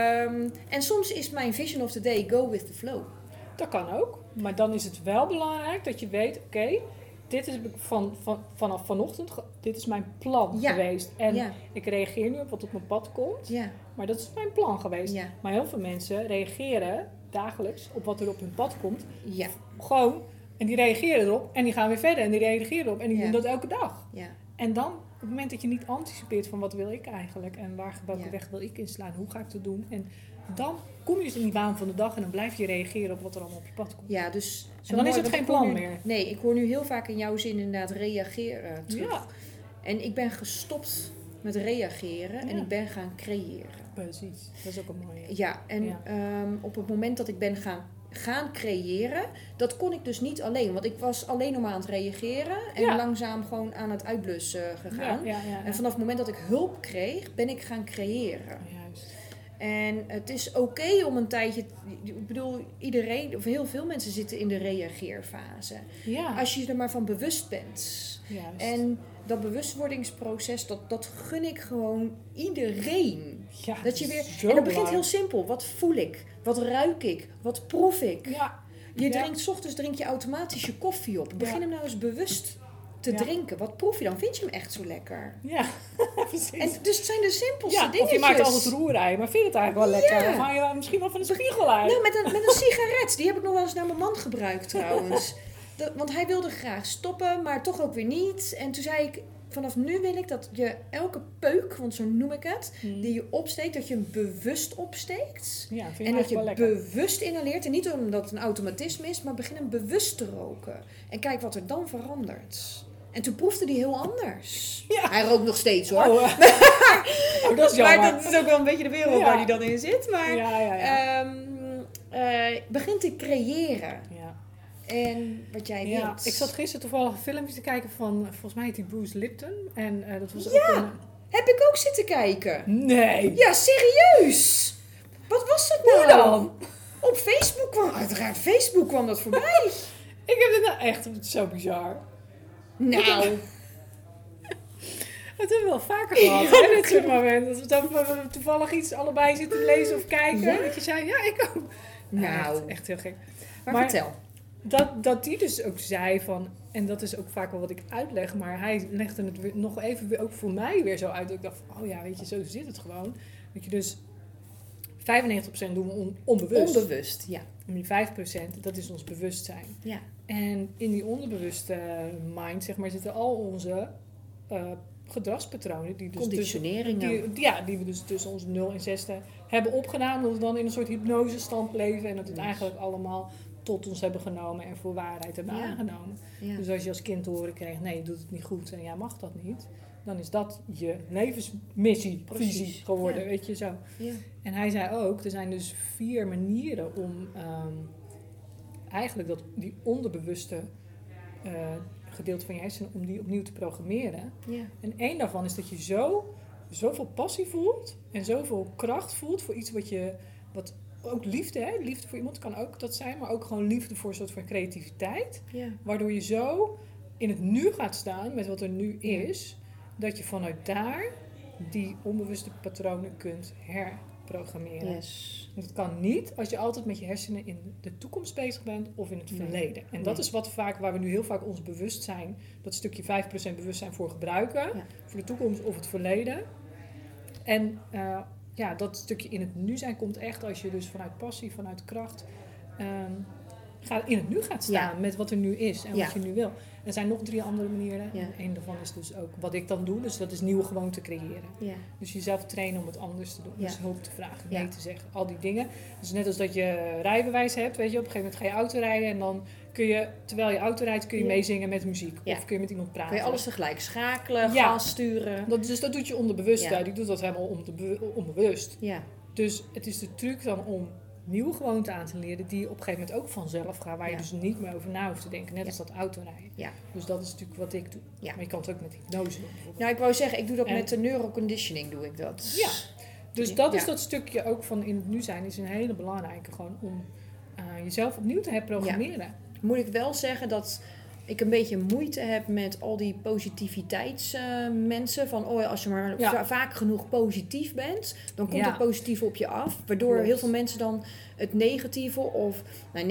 [SPEAKER 2] En soms is mijn vision of the day go with the flow.
[SPEAKER 1] Dat kan ook. Maar dan is het wel belangrijk dat je weet, oké, dit is vanaf vanochtend, dit is mijn plan geweest. En ik reageer nu op wat op mijn pad komt. Ja. Maar dat is mijn plan geweest. Ja. Maar heel veel mensen reageren dagelijks op wat er op hun pad komt. Ja. Gewoon, en die reageren erop en die gaan weer verder. En die reageren erop en die doen dat elke dag. Ja. En dan, op het moment dat je niet anticipeert van wat wil ik eigenlijk en welke weg wil ik inslaan, hoe ga ik dat doen? En dan kom je dus in die waan van de dag en dan blijf je reageren op wat er allemaal op je pad komt.
[SPEAKER 2] Ja, dus
[SPEAKER 1] en dan is het geen plan meer.
[SPEAKER 2] Nee, ik hoor nu heel vaak in jouw zin inderdaad reageren terug. Ja. En ik ben gestopt met reageren en ik ben gaan creëren.
[SPEAKER 1] Precies, dat is ook een mooie.
[SPEAKER 2] Ja, en op het moment dat ik ben gaan creëren, dat kon ik dus niet alleen. Want ik was alleen nog maar aan het reageren en langzaam gewoon aan het uitblussen gegaan. Ja. En vanaf het moment dat ik hulp kreeg, ben ik gaan creëren. Juist. En het is oké om een tijdje... Ik bedoel, iedereen, of heel veel mensen zitten in de reageerfase. Ja. Als je er maar van bewust bent. Juist. En dat bewustwordingsproces, dat gun ik gewoon iedereen. Ja, dat je weer, en dat begint heel simpel. Wat voel ik? Wat ruik ik? Wat proef ik? Ja. Je drinkt 's ochtends drink je automatisch je koffie op. Begin hem nou eens bewust te drinken. Wat proef je dan? Vind je hem echt zo lekker?
[SPEAKER 1] Ja, precies.
[SPEAKER 2] En dus het zijn de simpelste dingetjes.
[SPEAKER 1] Of je maakt altijd roerij, maar vind je het eigenlijk wel lekker? Dan hang je misschien wel van de spiegel uit.
[SPEAKER 2] Nou, met een sigaret. Die heb ik nog wel eens naar mijn man gebruikt trouwens. Want hij wilde graag stoppen, maar toch ook weer niet. En toen zei ik, vanaf nu wil ik dat je elke peuk, want zo noem ik het, die je opsteekt, dat je hem bewust opsteekt.
[SPEAKER 1] Ja, vind
[SPEAKER 2] En dat je
[SPEAKER 1] lekker.
[SPEAKER 2] bewust inhaleert. En niet omdat het een automatisme is, maar begin hem bewust te roken. En kijk wat er dan verandert. En toen proefde hij heel anders.
[SPEAKER 1] Ja.
[SPEAKER 2] Hij rookt nog steeds hoor.
[SPEAKER 1] Oh, dat is jammer.
[SPEAKER 2] Maar dat is ook wel een beetje de wereld waar hij dan in zit. Maar begint te creëren.
[SPEAKER 1] Ja.
[SPEAKER 2] En wat jij wilt.
[SPEAKER 1] Ik zat gisteren toevallig een filmpje te kijken van, volgens mij heet die Bruce Lipton. En dat was ook
[SPEAKER 2] heb ik ook zitten kijken.
[SPEAKER 1] Nee!
[SPEAKER 2] Ja, serieus! Wat was dat nou
[SPEAKER 1] Hoe dan?
[SPEAKER 2] Op Facebook kwam, uiteraard Facebook kwam dat voorbij.
[SPEAKER 1] Ik heb dit nou echt zo bizar.
[SPEAKER 2] Nou.
[SPEAKER 1] Dat hebben we wel vaker gehad, hè, dit soort momenten. Dat we dan toevallig iets allebei zitten lezen of kijken.
[SPEAKER 2] Ja?
[SPEAKER 1] Dat je zei, ja, ik ook.
[SPEAKER 2] Nou.
[SPEAKER 1] Echt heel gek.
[SPEAKER 2] Maar vertel.
[SPEAKER 1] Dat die dus ook zei van, en dat is ook vaak wel wat ik uitleg, maar hij legde het weer, nog even weer, ook voor mij weer zo uit. Dat ik dacht van, oh ja, weet je, zo zit het gewoon. Dat je dus 95% doen we onbewust.
[SPEAKER 2] Onbewust, ja.
[SPEAKER 1] En die 5%, dat is ons bewustzijn.
[SPEAKER 2] Ja.
[SPEAKER 1] En in die onderbewuste mind, zeg maar, zitten al onze gedragspatronen. Die dus
[SPEAKER 2] conditioneringen.
[SPEAKER 1] Die we dus tussen ons 0 en 6 hebben opgedaan. Dat we dan in een soort hypnosestand leven. En dat we het eigenlijk allemaal tot ons hebben genomen en voor waarheid hebben aangenomen. Ja. Dus als je als kind te horen kreeg, nee, je doet het niet goed en jij mag dat niet. Dan is dat je levensmissie, visie geworden, weet je zo. Ja. En hij zei ook, er zijn dus 4 manieren om eigenlijk die onderbewuste gedeelte van je hersenen, om die opnieuw te programmeren. Ja. En één daarvan is dat je zoveel passie voelt en zoveel kracht voelt voor iets wat ook liefde, hè? Liefde voor iemand kan ook dat zijn, maar ook gewoon liefde voor een soort van creativiteit. Ja. Waardoor je zo in het nu gaat staan met wat er nu is, dat je vanuit daar die onbewuste patronen kunt herprogrammeren. Yes. Dat kan niet als je altijd met je hersenen in de toekomst bezig bent of in het verleden. En dat is waar we nu heel vaak ons bewustzijn, dat stukje 5% bewustzijn voor gebruiken. Ja. Voor de toekomst of het verleden. En dat stukje in het nu zijn komt echt als je dus vanuit passie, vanuit kracht in het nu gaat staan met wat er nu is en wat je nu wil. Er zijn nog 3 andere manieren. Ja. Eén daarvan is dus ook wat ik dan doe. Dus dat is nieuwe gewoonten creëren. Ja. Dus jezelf trainen om het anders te doen. Ja. Dus hulp te vragen, nee te zeggen. Al die dingen. Dus net als dat je rijbewijs hebt. Weet je, op een gegeven moment ga je auto rijden. En dan kun je, terwijl je auto rijdt, kun je meezingen met muziek. Ja. Of kun je met iemand praten.
[SPEAKER 2] Kun je alles tegelijk schakelen, gas sturen.
[SPEAKER 1] Dus dat doet je onderbewust. Ja. Die doet dat helemaal onbewust. Ja. Dus het is de truc dan om nieuwe gewoonten aan te leren die op een gegeven moment ook vanzelf gaan, waar je dus niet meer over na hoeft te denken, net als dat autorijden. Ja. Dus dat is natuurlijk wat ik doe. Ja. Maar je kan het ook met hypnose doen bijvoorbeeld.
[SPEAKER 2] Nou, ik wou zeggen, ik doe dat met de neuroconditioning doe ik dat.
[SPEAKER 1] Ja, dus dat is dat stukje ook van in het nu zijn, is een hele belangrijke, gewoon om jezelf opnieuw te herprogrammeren. Ja.
[SPEAKER 2] Moet ik wel zeggen dat ik een beetje moeite heb met al die positiviteitsmensen. Van als je maar vaak genoeg positief bent, dan komt het positieve op je af. Waardoor heel veel mensen dan het negatieve of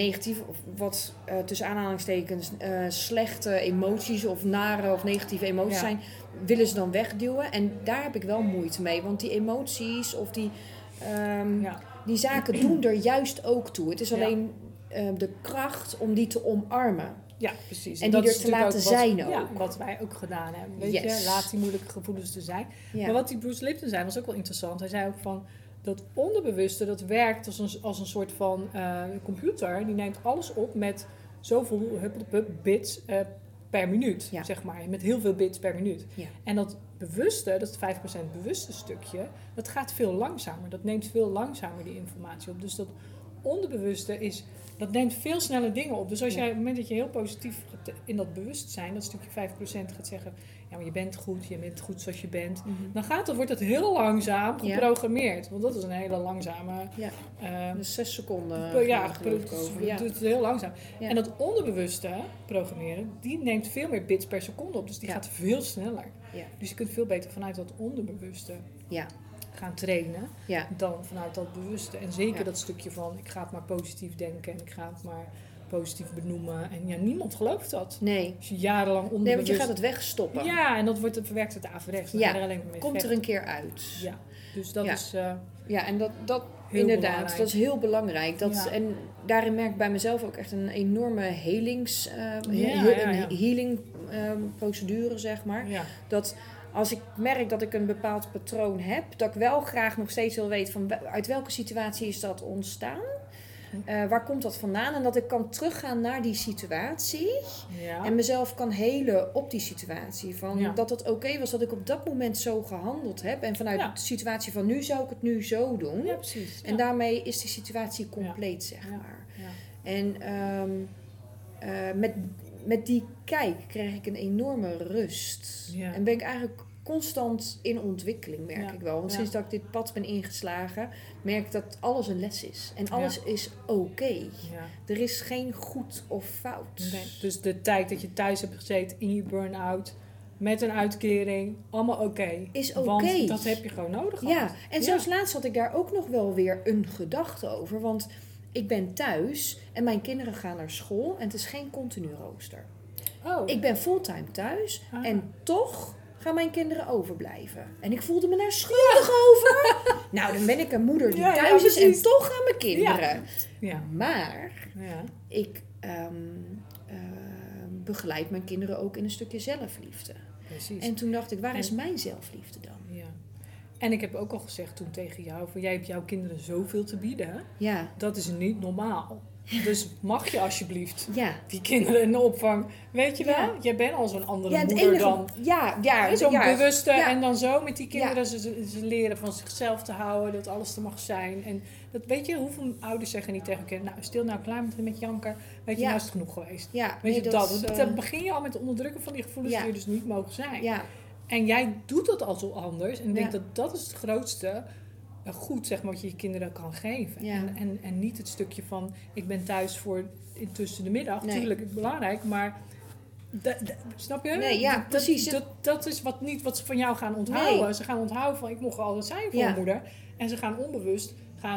[SPEAKER 2] wat tussen aanhalingstekens slechte emoties of nare of negatieve emoties zijn, willen ze dan wegduwen. En daar heb ik wel moeite mee. Want die emoties of die zaken doen er juist ook toe. Het is alleen de kracht om die te omarmen.
[SPEAKER 1] Ja, precies.
[SPEAKER 2] En die er te laten zijn ook.
[SPEAKER 1] Ja, wat wij ook gedaan hebben. Weet je, laat die moeilijke gevoelens te zijn. Ja. Maar wat die Bruce Lipton zei, was ook wel interessant. Hij zei ook van, dat onderbewuste, dat werkt als een soort van computer. Die neemt alles op met zoveel bits per minuut, zeg maar. Met heel veel bits per minuut. Ja. En dat bewuste, dat 5% bewuste stukje, dat gaat veel langzamer. Dat neemt veel langzamer die informatie op. Dus dat onderbewuste dat neemt veel sneller dingen op. Dus als jij op het moment dat je heel positief in dat bewustzijn, dat stukje 5% gaat zeggen, ja, maar je bent goed zoals je bent. Mm-hmm. Dan wordt het heel langzaam geprogrammeerd. Want dat is een hele langzame...
[SPEAKER 2] dus 6 seconden.
[SPEAKER 1] Het is heel langzaam. Ja. En dat onderbewuste programmeren, die neemt veel meer bits per seconde op. Dus die gaat veel sneller. Ja. Dus je kunt veel beter vanuit dat onderbewuste gaan trainen dan vanuit dat bewuste. En zeker dat stukje van, ik ga het maar positief denken en ik ga het maar positief benoemen. En niemand gelooft dat.
[SPEAKER 2] Nee.
[SPEAKER 1] Als je jarenlang onderbewust...
[SPEAKER 2] Nee, want je gaat het wegstoppen.
[SPEAKER 1] Ja, en dat verwerkt het averechts.
[SPEAKER 2] Komt er een keer uit.
[SPEAKER 1] Ja, dus dat is...
[SPEAKER 2] en dat inderdaad, belangrijk. Dat is heel belangrijk. En daarin merk ik bij mezelf ook echt een enorme healing procedure, zeg maar.
[SPEAKER 1] Ja.
[SPEAKER 2] Dat als ik merk dat ik een bepaald patroon heb, dat ik wel graag nog steeds wil weten van uit welke situatie is dat ontstaan. Waar komt dat vandaan? En dat ik kan teruggaan naar die situatie.
[SPEAKER 1] Ja.
[SPEAKER 2] En mezelf kan helen op die situatie. Van
[SPEAKER 1] Ja.
[SPEAKER 2] dat het oké was dat ik op dat moment zo gehandeld heb. En vanuit de situatie van nu zou ik het nu zo doen.
[SPEAKER 1] Ja, precies.
[SPEAKER 2] En daarmee is die situatie compleet, zeg maar.
[SPEAKER 1] Ja.
[SPEAKER 2] En met die kijk kreeg ik een enorme rust.
[SPEAKER 1] Ja.
[SPEAKER 2] En ben ik eigenlijk constant in ontwikkeling, merk ik wel. Want sinds dat ik dit pad ben ingeslagen, merk ik dat alles een les is. En alles is oké.
[SPEAKER 1] Ja.
[SPEAKER 2] Er is geen goed of fout.
[SPEAKER 1] Nee. Dus de tijd dat je thuis hebt gezeten in je burn-out, met een uitkering, allemaal oké.
[SPEAKER 2] Is oké.
[SPEAKER 1] Want dat heb je gewoon nodig gehad.
[SPEAKER 2] Ja, en zelfs laatst had ik daar ook nog wel weer een gedachte over. Want ik ben thuis en mijn kinderen gaan naar school en het is geen continu rooster.
[SPEAKER 1] Oh.
[SPEAKER 2] Ik ben fulltime thuis en toch gaan mijn kinderen overblijven. En ik voelde me daar schuldig over. Nou, dan ben ik een moeder die thuis is en toch gaan mijn kinderen.
[SPEAKER 1] Ja.
[SPEAKER 2] Maar ik begeleid mijn kinderen ook in een stukje zelfliefde.
[SPEAKER 1] Precies.
[SPEAKER 2] En toen dacht ik, waar is mijn zelfliefde dan?
[SPEAKER 1] Ja. En ik heb ook al gezegd toen tegen jou, van jij hebt jouw kinderen zoveel te bieden.
[SPEAKER 2] Ja.
[SPEAKER 1] Dat is niet normaal. Dus mag je alsjeblieft die kinderen in de opvang. Weet je wel?
[SPEAKER 2] Ja.
[SPEAKER 1] Jij bent al zo'n andere
[SPEAKER 2] het
[SPEAKER 1] moeder
[SPEAKER 2] enige,
[SPEAKER 1] dan. Zo'n bewuste.
[SPEAKER 2] Ja.
[SPEAKER 1] En dan zo met die kinderen. Ze leren van zichzelf te houden. Dat alles er mag zijn. En dat, weet je, hoeveel ouders zeggen niet tegen elkaar, nou stil nou klaar met janker. Weet je, nou is het genoeg geweest.
[SPEAKER 2] Ja,
[SPEAKER 1] weet je, dan begin je al met het onderdrukken van die gevoelens die er dus niet mogen zijn.
[SPEAKER 2] Ja.
[SPEAKER 1] En jij doet dat al zo anders. En ik denk dat is het grootste goed, zeg maar, wat je je kinderen kan geven.
[SPEAKER 2] Ja.
[SPEAKER 1] En niet het stukje van, ik ben thuis voor tussen de middag.
[SPEAKER 2] Nee.
[SPEAKER 1] Tuurlijk is belangrijk, maar snap je?
[SPEAKER 2] Nee, ja, precies.
[SPEAKER 1] Dat is wat ze van jou gaan onthouden.
[SPEAKER 2] Nee.
[SPEAKER 1] Ze gaan onthouden van, ik mocht altijd zijn voor mijn moeder. En ze gaan onbewust,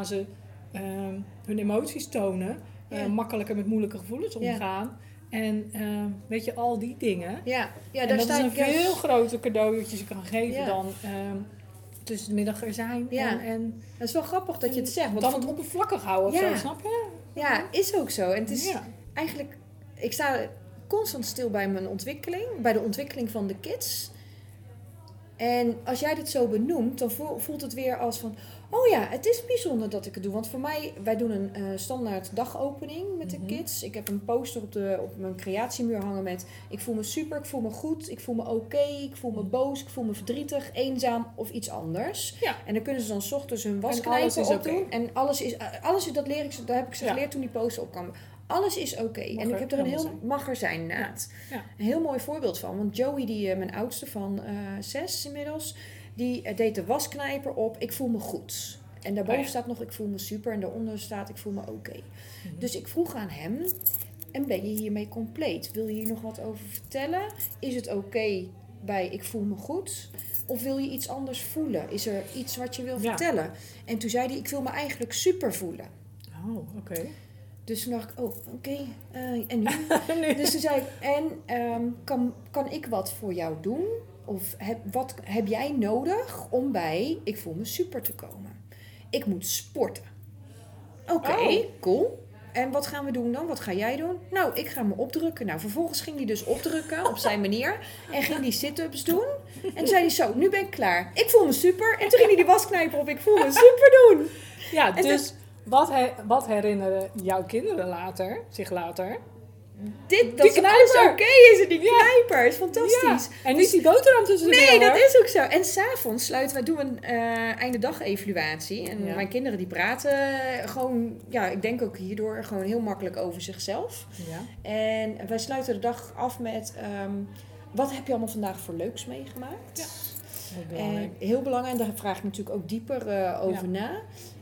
[SPEAKER 1] hun emoties tonen. Makkelijker met moeilijke gevoelens omgaan. En weet je, al die dingen.
[SPEAKER 2] Ja,
[SPEAKER 1] en dat is een veel groter cadeau dat je ze kan geven dan tussen de middag er zijn.
[SPEAKER 2] Ja.
[SPEAKER 1] En
[SPEAKER 2] dat is wel grappig dat je het zegt. Want
[SPEAKER 1] dan het oppervlakkig houden of zo, snap je?
[SPEAKER 2] Ja, is ook zo. En het is eigenlijk, ik sta constant stil bij mijn ontwikkeling, bij de ontwikkeling van de kids. En als jij dit zo benoemt, dan voelt het weer als van, oh ja, het is bijzonder dat ik het doe. Want voor mij, wij doen een standaard dagopening met de kids. Ik heb een poster op mijn creatiemuur hangen met, ik voel me super, ik voel me goed, ik voel me oké, ik voel me boos, ik voel me verdrietig, eenzaam of iets anders.
[SPEAKER 1] Ja.
[SPEAKER 2] En dan kunnen ze dan 's ochtends hun wasknijper opdoen. En alles, dat heb ik ze geleerd toen die poster opkwam. Alles is oké. En ik heb er mag er zijn inderdaad. Ja. Een heel mooi voorbeeld van. Want Joey, mijn oudste van 6 inmiddels, die deed de wasknijper op. Ik voel me goed. En daarboven staat nog, ik voel me super. En daaronder staat, ik voel me oké. Dus ik vroeg aan hem, en ben je hiermee compleet? Wil je hier nog wat over vertellen? Is het oké bij ik voel me goed? Of wil je iets anders voelen? Is er iets wat je wil vertellen? En toen zei hij, ik wil me eigenlijk super voelen.
[SPEAKER 1] Oh, oké.
[SPEAKER 2] Dus toen dacht ik, oké. En nu? Dus toen zei ik, kan ik wat voor jou doen? Of wat heb jij nodig om bij ik voel me super te komen? Ik moet sporten. Oké, cool. En wat gaan we doen dan? Wat ga jij doen? Nou, ik ga me opdrukken. Nou, vervolgens ging hij dus opdrukken op zijn manier. En ging die sit-ups doen. En toen zei hij zo, nu ben ik klaar. Ik voel me super. En toen ging hij die wasknijper op. Ik voel me super doen.
[SPEAKER 1] Ja, en dus wat herinneren jouw kinderen zich later?
[SPEAKER 2] Dat alles oké is en die knijper is fantastisch.
[SPEAKER 1] Ja. En niet die boterham tussen de middag.
[SPEAKER 2] Nee, dat is ook zo. En s'avonds doen we een einde dag evaluatie. En mijn kinderen die praten gewoon, ik denk ook hierdoor gewoon heel makkelijk over zichzelf. Ja. En wij sluiten de dag af met, wat heb je allemaal vandaag voor leuks meegemaakt?
[SPEAKER 1] Ja.
[SPEAKER 2] Heel belangrijk. En daar vraag ik natuurlijk ook dieper over na.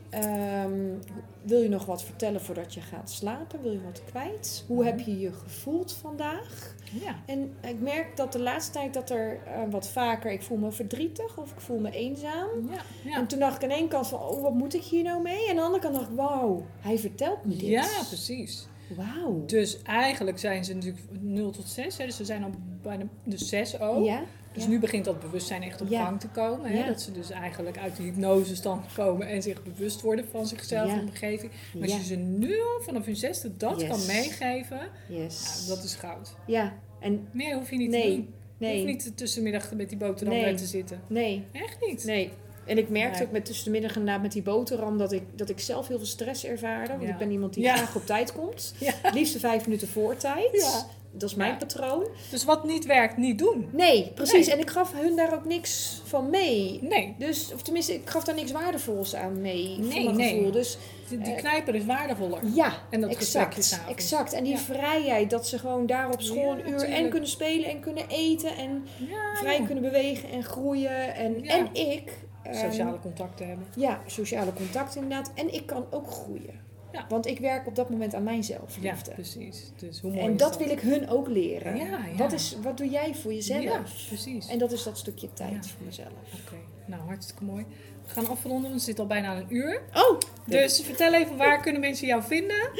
[SPEAKER 2] Wil je nog wat vertellen voordat je gaat slapen? Wil je wat kwijt? Hoe heb je je gevoeld vandaag? Ja. En ik merk dat de laatste tijd dat er wat vaker, ik voel me verdrietig of ik voel me eenzaam. Ja. Ja. En toen dacht ik aan één kant van, wat moet ik hier nou mee? En aan de andere kant dacht ik, wauw, hij vertelt me dit.
[SPEAKER 1] Ja, precies.
[SPEAKER 2] Wauw.
[SPEAKER 1] Dus eigenlijk zijn ze natuurlijk 0 tot 6. Hè? Dus ze zijn al bijna de 6 ook.
[SPEAKER 2] Ja.
[SPEAKER 1] Dus nu begint dat bewustzijn echt op gang te komen. Hè? Ja. Dat ze dus eigenlijk uit de hypnosestand komen en zich bewust worden van zichzelf en omgeving. Maar als je ze nu al vanaf hun 6e dat kan meegeven, nou, dat is goud.
[SPEAKER 2] Ja. En
[SPEAKER 1] Meer hoef je niet
[SPEAKER 2] Nee,
[SPEAKER 1] te doen. Je
[SPEAKER 2] nee,
[SPEAKER 1] hoeft niet tussenmiddag met die boterham
[SPEAKER 2] Nee.
[SPEAKER 1] te zitten.
[SPEAKER 2] nee,
[SPEAKER 1] Echt niet?
[SPEAKER 2] nee. En ik merkte
[SPEAKER 1] Nee.
[SPEAKER 2] ook met tussen de middag inderdaad met die boterham dat ik zelf heel veel stress ervaarde. Want
[SPEAKER 1] Ja.
[SPEAKER 2] ik ben iemand die
[SPEAKER 1] Ja.
[SPEAKER 2] graag op tijd komt.
[SPEAKER 1] Ja.
[SPEAKER 2] Het liefst 5 minuten voor tijd.
[SPEAKER 1] Ja.
[SPEAKER 2] Dat is mijn
[SPEAKER 1] Ja.
[SPEAKER 2] patroon.
[SPEAKER 1] Dus wat niet werkt, niet doen.
[SPEAKER 2] Nee, precies.
[SPEAKER 1] Nee.
[SPEAKER 2] En ik gaf hun daar ook niks van mee.
[SPEAKER 1] Nee,
[SPEAKER 2] Dus, of tenminste, ik gaf daar niks waardevols aan mee.
[SPEAKER 1] Nee,
[SPEAKER 2] voor mijn
[SPEAKER 1] nee.
[SPEAKER 2] gevoel. Dus
[SPEAKER 1] die knijper is waardevoller.
[SPEAKER 2] ja,
[SPEAKER 1] En dat gesprekje
[SPEAKER 2] exact.
[SPEAKER 1] s'avonds.
[SPEAKER 2] Exact. En die
[SPEAKER 1] Ja.
[SPEAKER 2] vrijheid dat ze gewoon daar op school
[SPEAKER 1] Ja,
[SPEAKER 2] een uur en
[SPEAKER 1] natuurlijk.
[SPEAKER 2] kunnen spelen en kunnen eten. En
[SPEAKER 1] Ja,
[SPEAKER 2] vrij
[SPEAKER 1] joh.
[SPEAKER 2] kunnen bewegen en groeien. En,
[SPEAKER 1] Ja.
[SPEAKER 2] en ik...
[SPEAKER 1] Sociale contacten hebben.
[SPEAKER 2] Ja, sociale contact inderdaad. En ik kan ook groeien.
[SPEAKER 1] Ja.
[SPEAKER 2] Want ik werk op dat moment aan mijn
[SPEAKER 1] Ja,
[SPEAKER 2] zelfliefde.
[SPEAKER 1] precies. Dus hoe mooi
[SPEAKER 2] En
[SPEAKER 1] is
[SPEAKER 2] dat wil ik hun ook leren.
[SPEAKER 1] Ja, ja.
[SPEAKER 2] Wat doe jij voor jezelf?
[SPEAKER 1] Ja, precies.
[SPEAKER 2] En dat is dat stukje tijd
[SPEAKER 1] Ja.
[SPEAKER 2] voor mezelf.
[SPEAKER 1] Oké, nou hartstikke mooi. We gaan afronden, want het zit al bijna een uur.
[SPEAKER 2] Oh!
[SPEAKER 1] Dus vertel even, waar kunnen mensen jou vinden?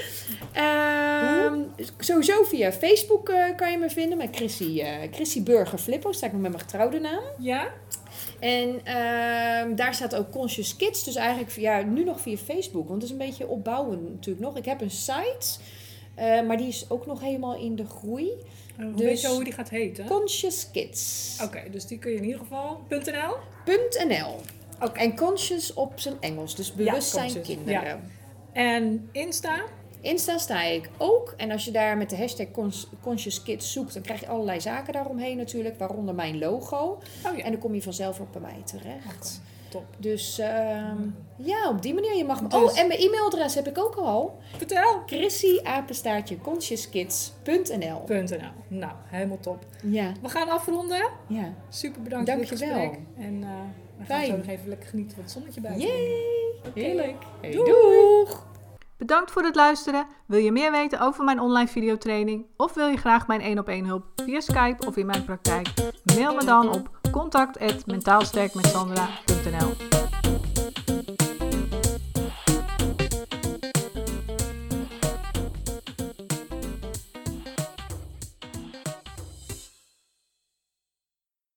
[SPEAKER 2] Sowieso via Facebook kan je me vinden. Met Chrissy Burger Flippo. Sta ik nog met mijn getrouwde naam.
[SPEAKER 1] Ja?
[SPEAKER 2] En daar staat ook Conscious Kids. Dus eigenlijk nu nog via Facebook. Want het is een beetje opbouwen natuurlijk nog. Ik heb een site. Maar die is ook nog helemaal in de groei.
[SPEAKER 1] Weet
[SPEAKER 2] Dus-
[SPEAKER 1] je hoe die gaat heten?
[SPEAKER 2] Conscious Kids.
[SPEAKER 1] Oké, dus die kun je in ieder geval... .nl?
[SPEAKER 2] .nl. En conscious op zijn Engels. Dus bewustzijn
[SPEAKER 1] conscious.
[SPEAKER 2] kinderen.
[SPEAKER 1] Ja. En Insta?
[SPEAKER 2] Insta sta ik ook. En als je daar met de hashtag Conscious Kids zoekt, dan krijg je allerlei zaken daaromheen natuurlijk. Waaronder mijn logo.
[SPEAKER 1] Oh ja.
[SPEAKER 2] En dan kom je vanzelf ook bij mij terecht.
[SPEAKER 1] Top.
[SPEAKER 2] Dus ja, op die manier. Je mag...
[SPEAKER 1] Dus-
[SPEAKER 2] Oh, en mijn e-mailadres heb ik ook al.
[SPEAKER 1] Vertel.
[SPEAKER 2] Chrissy@consciouskids.nl.
[SPEAKER 1] Nou, helemaal top.
[SPEAKER 2] Ja,
[SPEAKER 1] We gaan afronden.
[SPEAKER 2] ja.
[SPEAKER 1] Super bedankt
[SPEAKER 2] Dankjewel.
[SPEAKER 1] voor dit gesprek. En we gaan
[SPEAKER 2] Fijn.
[SPEAKER 1] zo nog even lekker genieten van het zonnetje buiten.
[SPEAKER 2] Yay!
[SPEAKER 1] Oké.
[SPEAKER 2] Heerlijk. Hey,
[SPEAKER 1] Doei.
[SPEAKER 2] doeg!
[SPEAKER 1] Bedankt voor het luisteren. Wil je meer weten over mijn online videotraining? Of wil je graag mijn 1-op-1 hulp via Skype of in mijn praktijk? Mail me dan op contact@mentaalsterkmetsandra.nl.